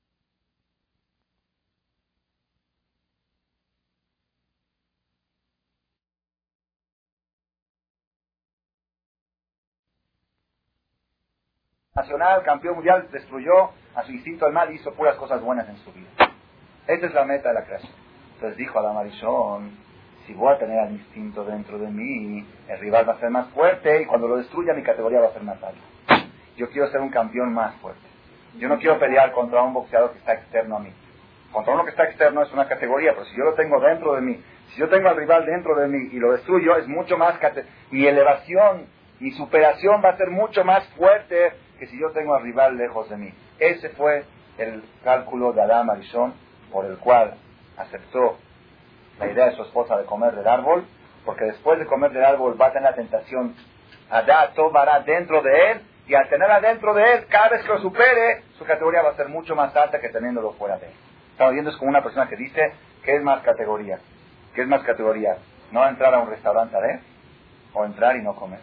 Nacional, campeón mundial, destruyó a su instinto del mal y hizo puras cosas buenas en su vida. Esa es la meta de la creación. Entonces dijo Adam Arishon, si voy a tener al instinto dentro de mí, el rival va a ser más fuerte y cuando lo destruya mi categoría va a ser más alta. Yo quiero ser un campeón más fuerte. Yo no quiero pelear contra un boxeador que está externo a mí. Contra uno que está externo es una categoría, pero si yo lo tengo dentro de mí, si yo tengo al rival dentro de mí y lo destruyo, es mucho más, cate- mi elevación, mi superación va a ser mucho más fuerte que si yo tengo al rival lejos de mí. Ese fue el cálculo de Adam Arishon, por el cual aceptó la idea de su esposa de comer del árbol, porque después de comer del árbol va a tener la tentación Adá, Tobará dentro de él, y al tenerla dentro de él, cada vez que lo supere, su categoría va a ser mucho más alta que teniéndolo fuera de él. Estamos viendo, es como una persona que dice, ¿qué es más categoría? ¿Qué es más categoría? ¿No entrar a un restaurante a ver? ¿O entrar y no comer?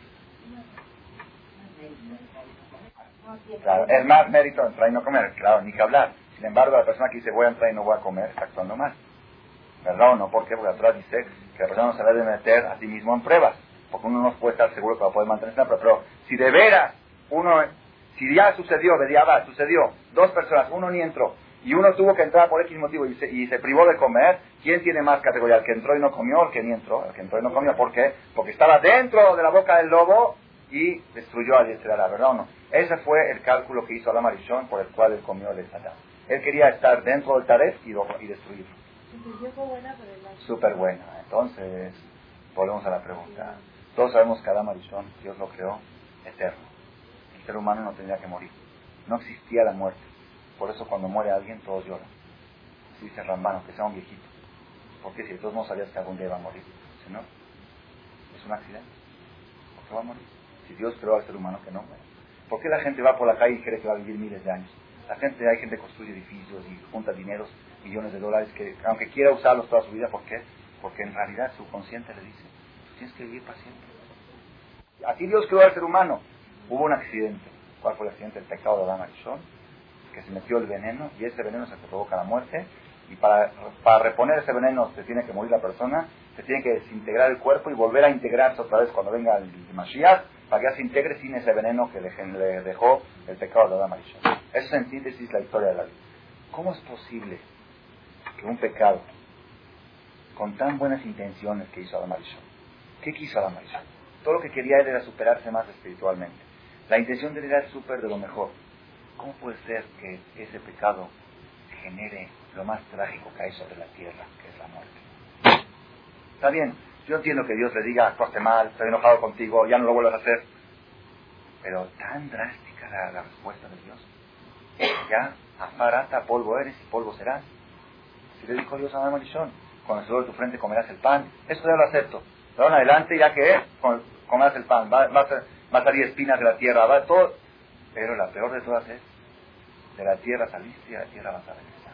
Claro, es más mérito entrar y no comer, claro, ni que hablar. Sin embargo, la persona que dice voy a entrar y no voy a comer, está actuando mal. ¿Verdad o no? ¿Por qué? Porque atrás dice que la persona no se debe meter a sí mismo en pruebas. Porque uno no puede estar seguro que va a poder mantenerse en la prueba. Pero si de veras uno, si ya sucedió, de día va, sucedió, dos personas, uno ni entró, y uno tuvo que entrar por X motivo y se, y se privó de comer, ¿quién tiene más categoría? ¿El que entró y no comió o el que ni entró? El que entró y no comió. ¿Por qué? Porque estaba dentro de la boca del lobo y destruyó a Yetzirah, ¿verdad o no? Ese fue el cálculo que hizo Adam Arishon por el cual él comió el Satán. Él quería estar dentro del Taref y, y destruirlo. Súper buena. Entonces, volvemos a la pregunta. Todos sabemos que Adam Arishon, Dios lo creó eterno. El ser humano no tendría que morir. No existía la muerte. Por eso cuando muere alguien, todos lloran. Así dice Rambano, que sea un viejito. Porque si todos no sabías que algún día iba a morir. Si no, es un accidente. ¿Por qué va a morir? Si Dios creó al ser humano que no muere. ¿Por qué la gente va por la calle y cree que va a vivir miles de años? La gente, hay gente que construye edificios y junta dineros, millones de dólares, que aunque quiera usarlos toda su vida, ¿por qué? Porque en realidad su consciente le dice, tienes que vivir para siempre. Así Dios creó al ser humano. Hubo un accidente. ¿Cuál fue el accidente? El pecado de Adam Arishon, que se metió el veneno, y ese veneno es el que provoca la muerte, y para, para reponer ese veneno se tiene que morir la persona, se tiene que desintegrar el cuerpo y volver a integrarse otra vez cuando venga el Mashiach, para que ya se integre sin ese veneno que le, le dejó el pecado de Adam Arishon. Eso es en síntesis la historia de la vida. ¿Cómo es posible que un pecado con tan buenas intenciones que hizo Adam Arishon? ¿Qué quiso Adam Arishon? Todo lo que quería él era superarse más espiritualmente. La intención de él era súper de lo mejor. ¿Cómo puede ser que ese pecado genere lo más trágico que hay sobre la tierra, que es la muerte? Está bien, yo entiendo que Dios le diga, actuaste mal, estoy enojado contigo, ya no lo vuelvas a hacer. Pero tan drástica la, la respuesta de Dios. Ya, afarata, polvo eres y polvo serás. Si le dijo Dios a Adam Arishon, con el sudor de tu frente comerás el pan, eso ya lo acepto. De ahora en adelante, ya que es, comerás el pan, va, va, a ser, va a salir espinas de la tierra, va todo. Pero la peor de todas es, de la tierra saliste y a la tierra vas a regresar.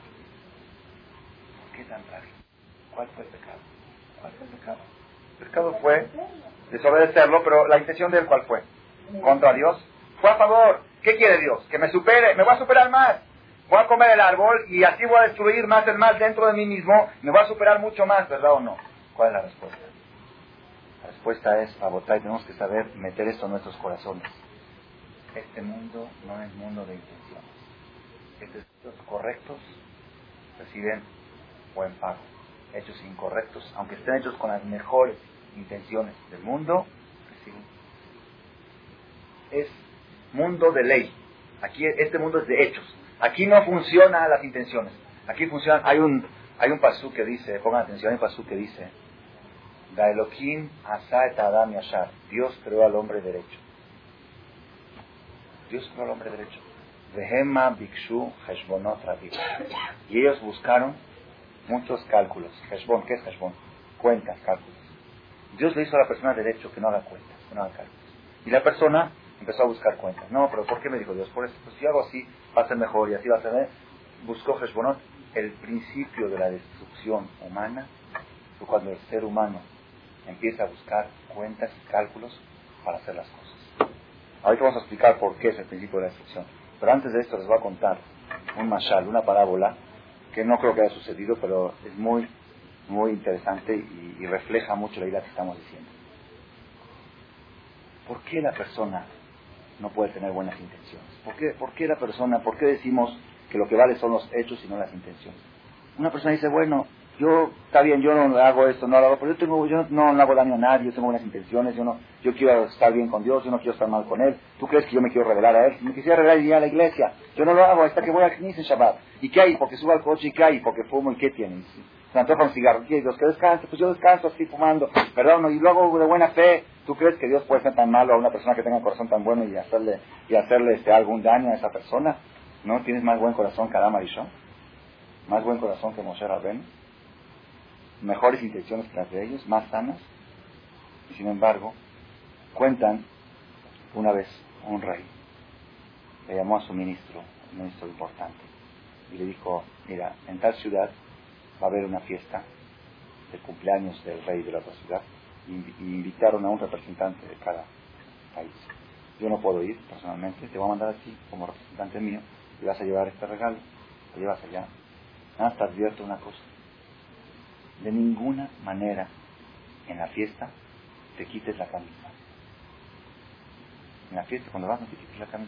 ¿Por qué tan trágico? ¿Cuál fue el pecado? ¿Cuál fue el pecado? El pecado fue desobedecerlo, pero la intención de él, ¿cuál fue? Contra Dios. Fue a favor. ¿Qué quiere Dios? Que me supere, me voy a superar más. Voy a comer el árbol y así voy a destruir más el mal dentro de mí mismo, me voy a superar mucho más, ¿verdad o no? ¿Cuál es la respuesta? La respuesta es, Rabotay, tenemos que saber meter esto en nuestros corazones. Este mundo no es mundo de intenciones. Hechos correctos reciben buen pago. Hechos incorrectos, aunque estén hechos con las mejores intenciones del mundo, reciben. Es mundo de ley. Aquí este mundo es de hechos. Aquí no funcionan las intenciones. Aquí funciona. Hay un hay un pasú que dice, pongan atención, hay un pasú que dice, Da Elohim asa et Adam yashar. Dios creó al hombre derecho. Dios creó al hombre derecho. Vehema bikshu heshbonot rabim. Y ellos buscaron muchos cálculos. Heshbon, ¿qué es heshbon? Cuentas, cálculos. Dios le hizo a la persona derecho que no haga cuentas, que no haga cálculos. Y la persona empezó a buscar cuentas. No, pero ¿por qué me dijo Dios? Por eso, pues si hago así, va a ser mejor y así va a ser. Buscó Heshbonot, el principio de la destrucción humana, fue cuando el ser humano empieza a buscar cuentas y cálculos para hacer las cosas. Ahorita vamos a explicar por qué es el principio de la destrucción. Pero antes de esto les voy a contar un mashal, una parábola, que no creo que haya sucedido, pero es muy, muy interesante y, y refleja mucho la idea que estamos diciendo. ¿Por qué la persona no puede tener buenas intenciones? ¿Por qué, por qué la persona, por qué decimos que lo que vale son los hechos y no las intenciones? Una persona dice, bueno, yo, está bien, yo no hago esto, no lo hago, pero yo, tengo, yo no, no hago daño a nadie, yo tengo buenas intenciones, yo no, yo quiero estar bien con Dios, yo no quiero estar mal con Él. ¿Tú crees que yo me quiero revelar a Él? Si me quisiera revelar, iría a la iglesia. Yo no lo hago hasta que voy a Knis en Shabbat. ¿Y qué hay? Porque subo al coche, ¿y qué hay? Porque fumo, ¿y qué tienen? Se me antoja un cigarro. ¿Qué? Los que descansan, pues yo descanso así fumando, ¿verdad? No, y luego de buena fe, ¿tú crees que Dios puede ser tan malo a una persona que tenga un corazón tan bueno y hacerle, y hacerle este, algún daño a esa persona? ¿No? ¿Tienes más buen corazón que Adam Arishon? ¿Más buen corazón que Moshe Rabbeinu? Mejores intenciones que las de ellos, más sanas. Y sin embargo, cuentan una vez un rey le llamó a su ministro, un ministro importante, y le dijo, mira, en tal ciudad va a haber una fiesta de cumpleaños del rey de la otra ciudad, y, y invitaron a un representante de cada país. Yo no puedo ir personalmente, te voy a mandar a ti como representante mío, y vas a llevar este regalo, lo llevas allá. Nada más te advierto una cosa, de ninguna manera en la fiesta te quites la camisa. En la fiesta, cuando vas, no te quites la camisa.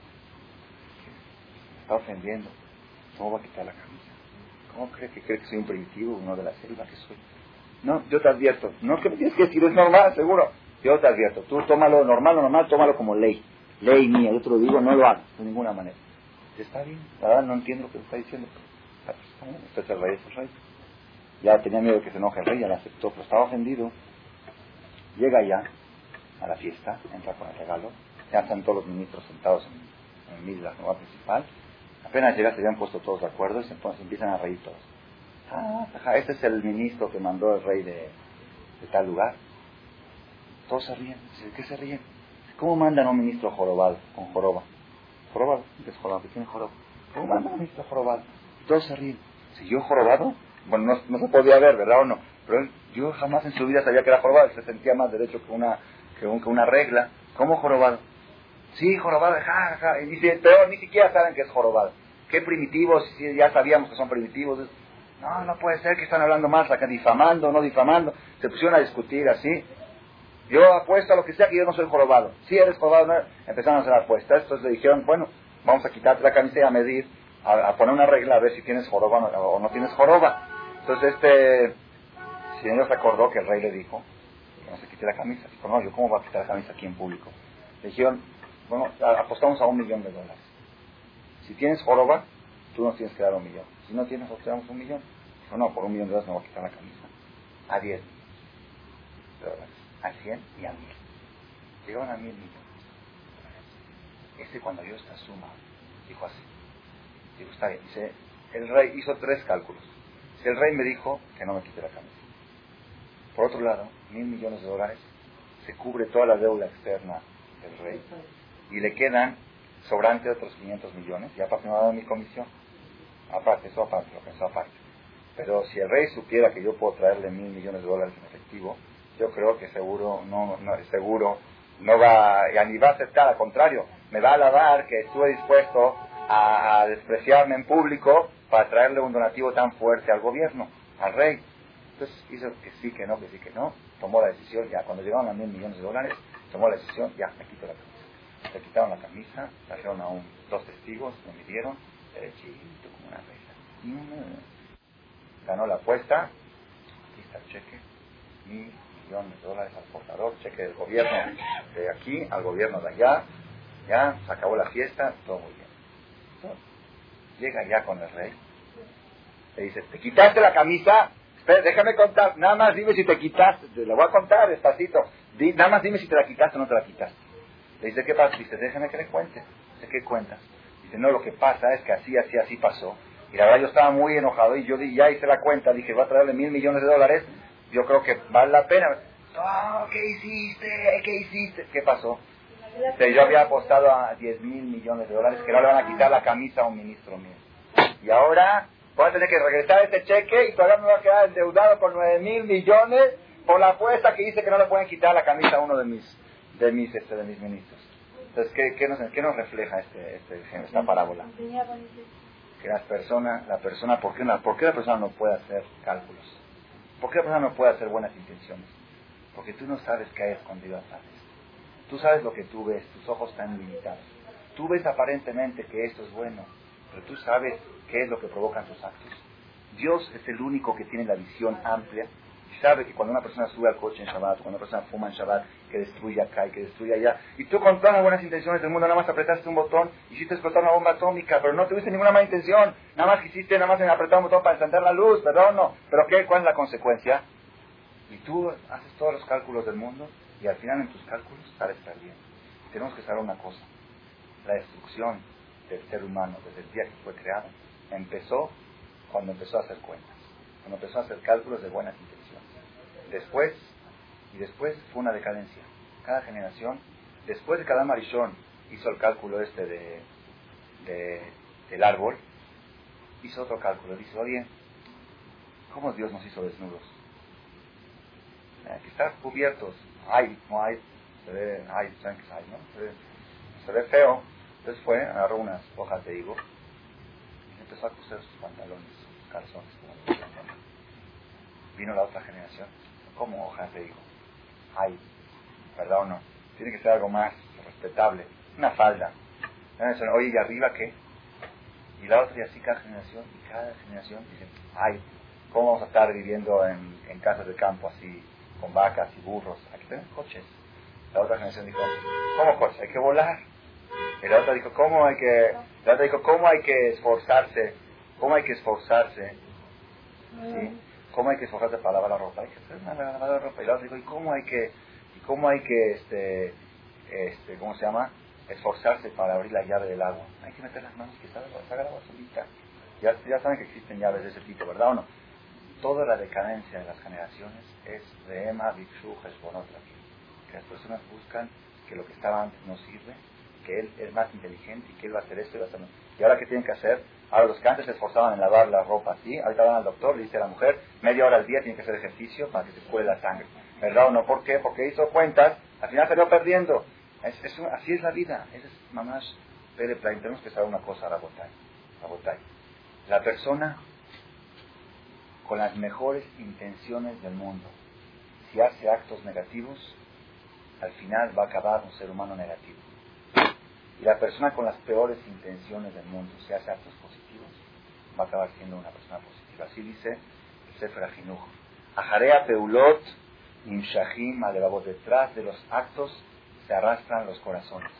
Me está ofendiendo. ¿Cómo va a quitar la camisa? ¿Cómo cree que cree que soy un primitivo, uno de la selva que soy? No, yo te advierto. No es que me tienes que decir, es normal, seguro. Yo te advierto. Tú tómalo normal o normal, tómalo como ley. Ley mía. Yo te lo digo, no lo hagas de ninguna manera. Está bien. La verdad no entiendo lo que está diciendo. Está bien. Usted es el rey, es el rey. Ya tenía miedo de que se enoje el rey, ya lo aceptó, pero estaba ofendido. Llega ya a la fiesta, entra con el regalo, ya están todos los ministros sentados en, en el mismo lugar principal. Apenas llega, se habían puesto todos de acuerdo y se, se empiezan a reír todos. Ah, ajá, este es el ministro que mandó el rey de, de tal lugar. Todos se ríen. ¿De qué se ríen? ¿Cómo mandan a un ministro jorobado, con joroba? Jorobado, ¿qué es jorobado? ¿Qué tiene joroba? ¿Cómo mandan a un ministro jorobado? Y todos se ríen. ¿Si yo jorobado? Bueno, no, no se podía ver, ¿verdad o no? Pero él, yo jamás en su vida sabía que era jorobado. Se sentía más derecho que una, que, un, que una regla. ¿Cómo jorobado? Sí, jorobado, ja, ja, ja. Y dice, pero ni siquiera saben que es jorobado. Qué primitivos, si ya sabíamos que son primitivos. No, no puede ser que están hablando más, acá difamando, no difamando. Se pusieron a discutir así. Yo apuesto a lo que sea que yo no soy jorobado. Si eres jorobado, no. Empezaron a hacer apuestas. Entonces le dijeron, bueno, vamos a quitarte la camisa y a medir, a, a poner una regla a ver si tienes joroba o, o no tienes joroba. Entonces este señor se acordó que el rey le dijo que no se quite la camisa. Dijo, no, yo cómo voy a quitar la camisa aquí en público. Le dijeron, bueno, apostamos a un millón de dólares. Si tienes joroba, tú nos tienes que dar un millón. Si no tienes, apostamos un millón. Dijo, no, por un millón de dólares no voy a quitar la camisa. A diez dólares, a cien y a mil. Llegaron a mil millones. Ese cuando yo esta suma, dijo así. Dijo, está bien. Dice, el rey hizo tres cálculos. Si el rey me dijo que no me quite la camisa. Por otro lado, mil millones de dólares, se cubre toda la deuda externa del rey y le quedan sobrante otros quinientos millones, y aparte me va a dar mi comisión. Aparte, eso aparte, lo pensó aparte. Pero si el rey supiera que yo puedo traerle mil millones de dólares en efectivo, yo creo que seguro no, no seguro no va, ya ni va a aceptar, al contrario, me va a alabar que estuve dispuesto a, a despreciarme en público para traerle un donativo tan fuerte al gobierno, al rey. Entonces hizo que sí, que no, que sí, que no, tomó la decisión, ya cuando llegaron a mil millones de dólares, tomó la decisión, ya, me quito la camisa. Le quitaron la camisa, trajeron a un, dos testigos, me midieron, derechito como una regla. Y una, ganó la apuesta, aquí está el cheque, mil millones de dólares al portador, cheque del gobierno de aquí al gobierno de allá, ya, se acabó la fiesta, todo muy bien. Entonces, llega ya con el rey, le dice, ¿te quitaste la camisa? Espera, déjame contar, nada más dime si te quitaste, te la voy a contar despacito, Di, nada más dime si te la quitaste o no te la quitaste. Le dice, ¿qué pasa? Dice, déjame que le cuente. Dice, ¿qué cuentas? Dice, no, lo que pasa es que así, así, así pasó. Y la verdad yo estaba muy enojado y yo di, ya hice la cuenta, dije, va a traerle mil millones de dólares, yo creo que vale la pena. Oh, ¿qué hiciste? ¿Qué hiciste? ¿Qué pasó? Dice, yo había apostado a diez mil millones de dólares que no le van a quitar la camisa a un ministro mío. Y ahora voy a tener que regresar este cheque y todavía me va a quedar endeudado con nueve mil millones por la apuesta que dice que no le pueden quitar la camisa a uno de mis de mis este, de mis ministros. Entonces, ¿qué, qué, nos, qué nos refleja este, este, esta parábola? Que las personas, la persona, ¿por qué, una, ¿por qué la persona no puede hacer cálculos? ¿Por qué la persona no puede hacer buenas intenciones? Porque tú no sabes qué hay escondido atrás. Tú sabes lo que tú ves, tus ojos están limitados. Tú ves aparentemente que esto es bueno, pero tú sabes qué es lo que provocan tus actos. Dios es el único que tiene la visión amplia y sabe que cuando una persona sube al coche en Shabbat, cuando una persona fuma en Shabbat, que destruye acá y que destruye allá, y tú con todas las buenas intenciones del mundo nada más apretaste un botón, hiciste explotar una bomba atómica, pero no tuviste ninguna mala intención, nada más quisiste nada más apretar un botón para encender la luz, perdón, no, pero ¿qué? ¿Cuál es la consecuencia? Y tú haces todos los cálculos del mundo y al final en tus cálculos sales perdiendo. Tenemos que saber una cosa, la destrucción del ser humano desde el día que fue creado empezó cuando empezó a hacer cuentas, cuando empezó a hacer cálculos de buenas intenciones. Después, y después fue una decadencia. Cada generación, después de cada Marishón hizo el cálculo este de, de del árbol, hizo otro cálculo. Dice, oye, ¿cómo Dios nos hizo desnudos? Eh, que estar cubiertos. Ay, no hay, se ve, ay, ¿saben qué es ay, no? Se ve, se ve feo. Entonces fue, agarró unas hojas de higo y empezó a coser sus pantalones, sus calzones. Como vino la otra generación, ¿cómo hojas de higo? Ay, ¿verdad o no? Tiene que ser algo más respetable. Una falda. Oye, ¿y arriba qué? Y la otra, y así cada generación, y cada generación dice, ay, ¿cómo vamos a estar viviendo en, en casas de campo así, con vacas y burros? Aquí tenemos coches. La otra generación dijo, ¿cómo coches? Hay que volar. Y la otra dijo, ¿cómo hay que, la otra dijo, ¿cómo hay que esforzarse? ¿Cómo hay que esforzarse? ¿Sí? ¿Cómo hay que esforzarse para lavar la ropa? Hay que hacer una lavada de ropa. Y la otra dijo, ¿y cómo hay que, y cómo hay que, este, este, ¿cómo se llama? Esforzarse para abrir la llave del agua. Hay que meter las manos que salga el agua solita. Ya, ya saben que existen llaves de ese tipo, ¿verdad o no? Toda la decadencia de las generaciones es de Ema, Bikshu, Heshbonot, que las personas buscan que lo que estaba antes no sirve, que él es más inteligente y que él va a hacer esto y va a hacer. ¿Y ahora qué tienen que hacer? Ahora los que antes se esforzaban en lavar la ropa, ¿sí? Ahorita van al doctor, le dice a la mujer, media hora al día tiene que hacer ejercicio para que se cuele la sangre. ¿Verdad o no? ¿Por qué? Porque hizo cuentas, al final salió perdiendo. Es, es un, así es la vida. Ese es mamás Pere Plain. Tenemos que saber una cosa, Rabotay. Rabotay. La persona con las mejores intenciones del mundo, si hace actos negativos, al final va a acabar un ser humano negativo. Y la persona con las peores intenciones del mundo, si hace actos positivos, va a acabar siendo una persona positiva. Así dice el Sefer HaChinuch. Ajarea peulot imshahim alevavot. Detrás de los actos se arrastran los corazones.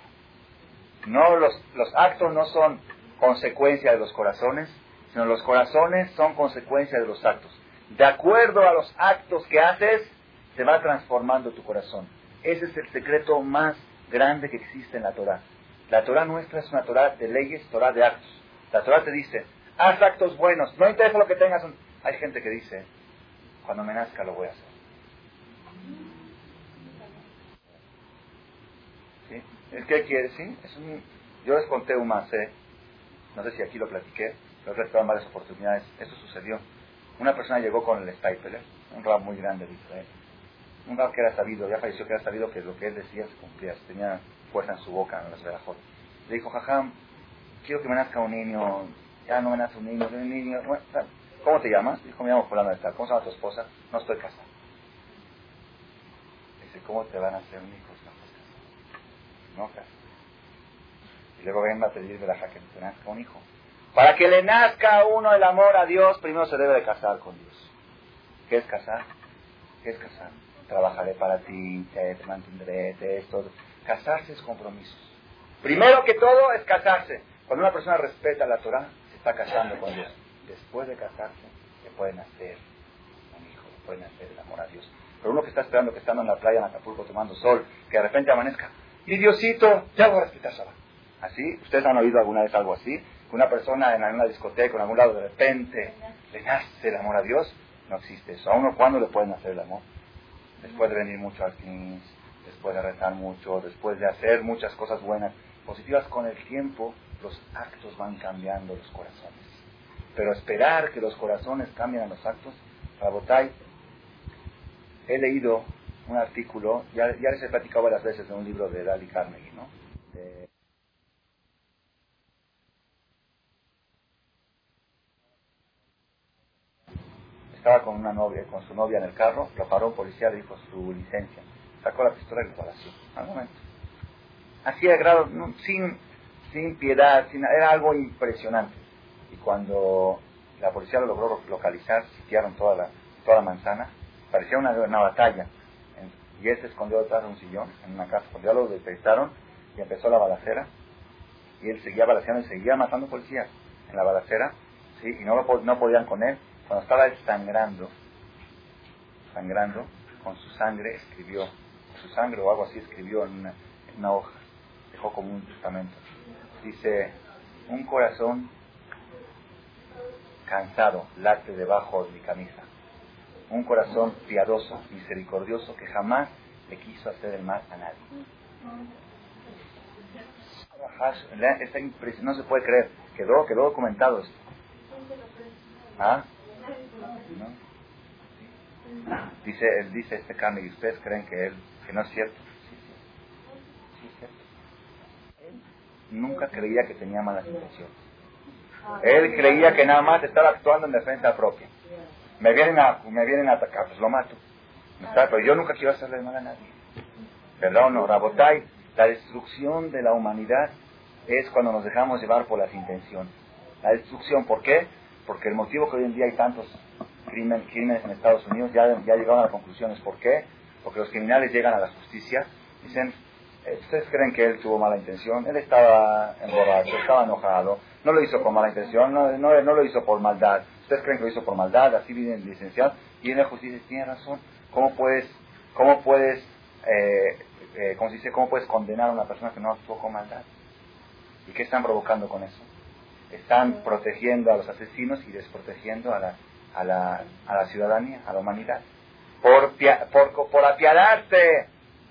No, los, los actos no son consecuencia de los corazones, sino los corazones son consecuencia de los actos. De acuerdo a los actos que haces, se va transformando tu corazón. Ese es el secreto más grande que existe en la Torah. La Torah nuestra es una Torah de leyes, Torah de actos. La Torah te dice, haz actos buenos, no interesa lo que tengas. Hay gente que dice, cuando me nazca lo voy a hacer. ¿Sí? ¿El qué quiere? ¿Sí? Es un, yo les conté un más, ¿eh? No sé si aquí lo platiqué, pero he en varias oportunidades. Esto sucedió. Una persona llegó con el Stapler, un rab muy grande de Israel. Un rab que era sabido, ya falleció, que era sabido que lo que él decía se cumplía, tenía fuerza en su boca, en las verajot. Le dijo, jajam, quiero que me nazca un niño, ya no me nace un niño, un niño, ¿cómo te llamas? Dijo, me llamo fulano de tal. ¿Cómo se llama tu esposa? No estoy casado. Dice, ¿cómo te van a hacer un hijo si no estás casado? No casado. Y luego venga a pedir de la que te nazca un hijo. Para que le nazca a uno el amor a Dios, primero se debe de casar con Dios. ¿Qué es casar? ¿Qué es casar? Trabajaré para ti, te, te mantendré, te esto. Casarse es compromisos. Primero que todo es casarse. Cuando una persona respeta la Torah, se está casando con Dios. Después de casarse, le puede nacer un hijo, le puede nacer el amor a Dios. Pero uno que está esperando, que estando en la playa en Acapulco tomando sol, que de repente amanezca, y Diosito, ya voy a respetar Shabbat. ¿Así? ¿Ustedes han oído alguna vez algo así? Que una persona en una discoteca, en algún lado, de repente le nace el amor a Dios. No existe eso. ¿A uno cuándo le puede nacer el amor? Después de venir mucho al Knis, después de rezar mucho, después de hacer muchas cosas buenas, positivas. Con el tiempo, los actos van cambiando los corazones. Pero esperar que los corazones cambien a los actos, Rabotay, he leído un artículo, ya, ya les he platicado varias veces de un libro de Dale Carnegie, ¿no? de estaba con una novia, con su novia en el carro, lo paró un policía, le dijo su licencia, sacó la pistola y le balació al momento. Así de grado, no, sin, sin piedad, sin, era algo impresionante. Y cuando la policía lo logró localizar, sitiaron toda la, toda la manzana, parecía una, una batalla. Y él se escondió detrás de un sillón, en una casa. Cuando ya lo detectaron y empezó la balacera, y él seguía balaceando y seguía matando policías en la balacera, ¿sí? Y no, lo, no podían con él. Cuando estaba él sangrando, sangrando, con su sangre escribió, con su sangre o algo así escribió en una, en una hoja, dejó como un testamento. Dice, un corazón cansado late debajo de mi camisa. Un corazón piadoso, misericordioso, que jamás le quiso hacer el mal a nadie. Esta impresión, no se puede creer, quedó, quedó documentado esto. ¿Ah? ¿No? Dice, él dice este Carnegie, ¿ustedes creen que él, que no es cierto? Sí, sí, sí es cierto. Él nunca creía que tenía malas intenciones. Él creía que nada más estaba actuando en defensa propia. Me vienen a, me vienen a atacar, pues lo mato. Pero yo nunca quiero hacerle mal a nadie. ¿Verdad o no? Rabotai, la destrucción de la humanidad es cuando nos dejamos llevar por las intenciones. La destrucción, ¿por qué? Porque el motivo que hoy en día hay tantos crimen, crímenes en Estados Unidos, ya, ya llegaron a la conclusión, es ¿por qué? Porque los criminales llegan a la justicia, dicen, ¿ustedes creen que él tuvo mala intención? Él estaba emborracho, estaba enojado, no lo hizo con mala intención, no, no, no lo hizo por maldad. ¿Ustedes creen que lo hizo por maldad? Así viene el licenciado. Y en la justicia tiene razón. ¿Cómo puedes, cómo puedes, eh, eh, ¿cómo se dice? ¿Cómo puedes condenar a una persona que no actuó con maldad? ¿Y qué están provocando con eso? Están protegiendo a los asesinos y desprotegiendo a la, a la, a la ciudadanía, a la humanidad. Por, por, por apiadarse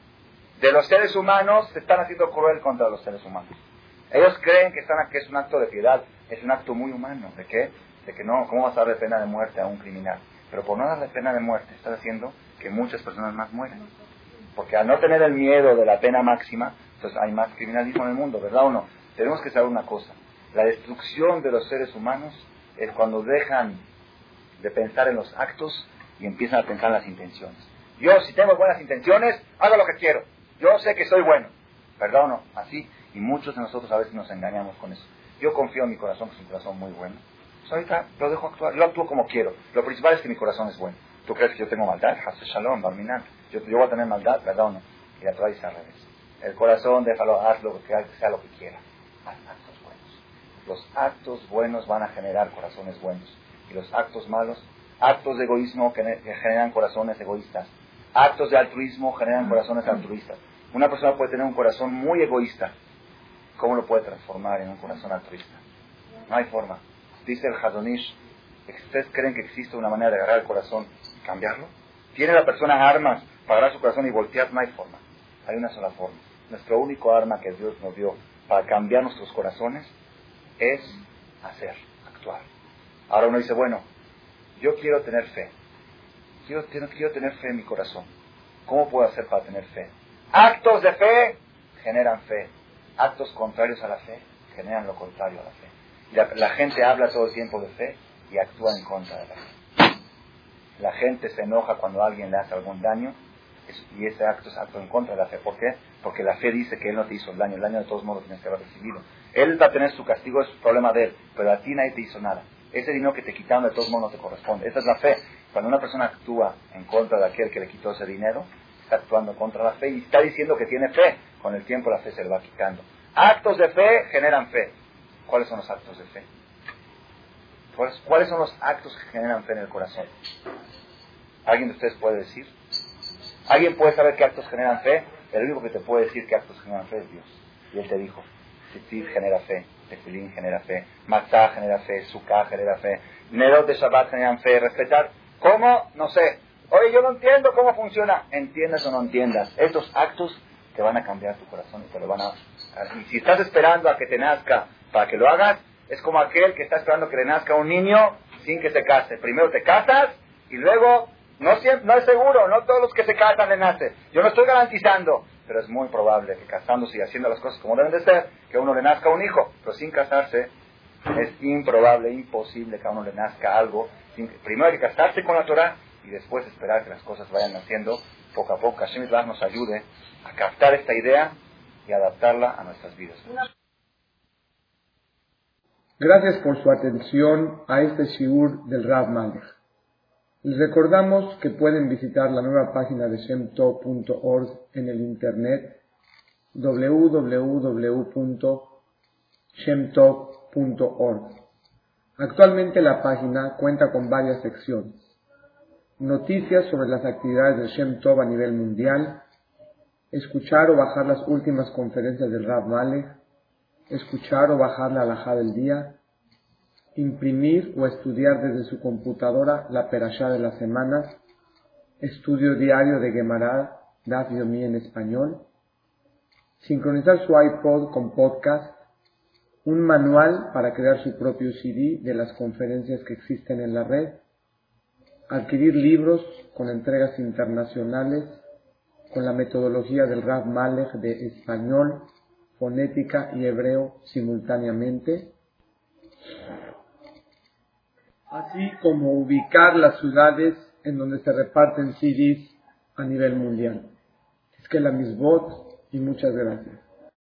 de los seres humanos, se están haciendo cruel contra los seres humanos. Ellos creen que, están, que es un acto de piedad, es un acto muy humano. ¿De qué? De que no, ¿cómo vas a darle pena de muerte a un criminal? Pero por no darle pena de muerte, estás haciendo que muchas personas más mueran. Porque al no tener el miedo de la pena máxima, entonces hay más criminalismo en el mundo, ¿verdad o no? Tenemos que saber una cosa. La destrucción de los seres humanos es cuando dejan de pensar en los actos y empiezan a pensar en las intenciones. Yo, si tengo buenas intenciones, hago lo que quiero. Yo sé que soy bueno. ¿Verdad o no? Así. Y muchos de nosotros a veces nos engañamos con eso. Yo confío en mi corazón, que es un corazón muy bueno. Pues ahorita lo dejo actuar. Yo actúo como quiero. Lo principal es que mi corazón es bueno. ¿Tú crees que yo tengo maldad? Hace shalom, barminan. Yo, yo voy a tener maldad, ¿verdad o no? Y la Torah dice al revés. El corazón, déjalo, hazlo, que sea lo que quiera. Haz actos buenos. Los actos buenos van a generar corazones buenos. Y los actos malos, actos de egoísmo que generan corazones egoístas. Actos de altruismo generan corazones altruistas. Una persona puede tener un corazón muy egoísta. ¿Cómo lo puede transformar en un corazón altruista? No hay forma. Dice el Hazonish, ¿ustedes creen que existe una manera de agarrar el corazón y cambiarlo? ¿Tiene la persona armas para agarrar su corazón y voltear? No hay forma. Hay una sola forma. Nuestro único arma que Dios nos dio para cambiar nuestros corazones es hacer, actuar. Ahora uno dice, bueno, yo quiero tener fe. Quiero, quiero, quiero tener fe en mi corazón. ¿Cómo puedo hacer para tener fe? Actos de fe generan fe. Actos contrarios a la fe generan lo contrario a la fe. Y la, la gente habla todo el tiempo de fe y actúa en contra de la fe. La gente se enoja cuando alguien le hace algún daño y ese acto es acto en contra de la fe. ¿Por qué? Porque la fe dice que él no te hizo el daño. El daño de todos modos tienes que haber recibido. Él va a tener su castigo, es problema de él, pero a ti nadie te hizo nada. Ese dinero que te quitaron de todos modos no te corresponde. Esa es la fe. Cuando una persona actúa en contra de aquel que le quitó ese dinero, está actuando contra la fe y está diciendo que tiene fe. Con el tiempo la fe se le va quitando. Actos de fe generan fe. ¿Cuáles son los actos de fe? ¿Cuáles, ¿Cuáles son los actos que generan fe en el corazón? ¿Alguien de ustedes puede decir? ¿Alguien puede saber qué actos generan fe? El único que te puede decir qué actos generan fe es Dios. Y Él te dijo, Tzitzit genera fe, Tefilín genera fe, Matzah genera fe, Sukkah genera fe, Nerot de Shabbat generan fe, respetar. ¿Cómo? No sé. Oye, yo no entiendo cómo funciona. Entiendas o no entiendas. Estos actos te van a cambiar tu corazón y te lo van a... Y si estás esperando a que te nazca para que lo hagas, es como aquel que está esperando que le nazca un niño sin que se case. Primero te casas y luego, no siempre, no es seguro, no todos los que se casan le nace. Yo no estoy garantizando, pero es muy probable que casándose y haciendo las cosas como deben de ser, que a uno le nazca un hijo, pero sin casarse es improbable, imposible que a uno le nazca algo. Primero hay que casarse con la Torah y después esperar que las cosas vayan naciendo poco a poco. Que Hashem Yitbaraj nos ayude a captar esta idea y adaptarla a nuestras vidas. Gracias por su atención a este shiur del Rav Malech. Les recordamos que pueden visitar la nueva página de shem tov punto org en el internet doble u doble u doble u punto shem tov punto org. Actualmente la página cuenta con varias secciones: noticias sobre las actividades de Shem Tov a nivel mundial, escuchar o bajar las últimas conferencias del Rav Malech, escuchar o bajar la halajá del día, imprimir o estudiar desde su computadora la perashá de la semana, estudio diario de Gemara, Daf Yomi en español, sincronizar su iPod con podcast, un manual para crear su propio C D de las conferencias que existen en la red, adquirir libros con entregas internacionales con la metodología del Rav Malech de español, fonética y hebreo simultáneamente, así como ubicar las ciudades en donde se reparten C Ds a nivel mundial. Es que la misbot y muchas gracias.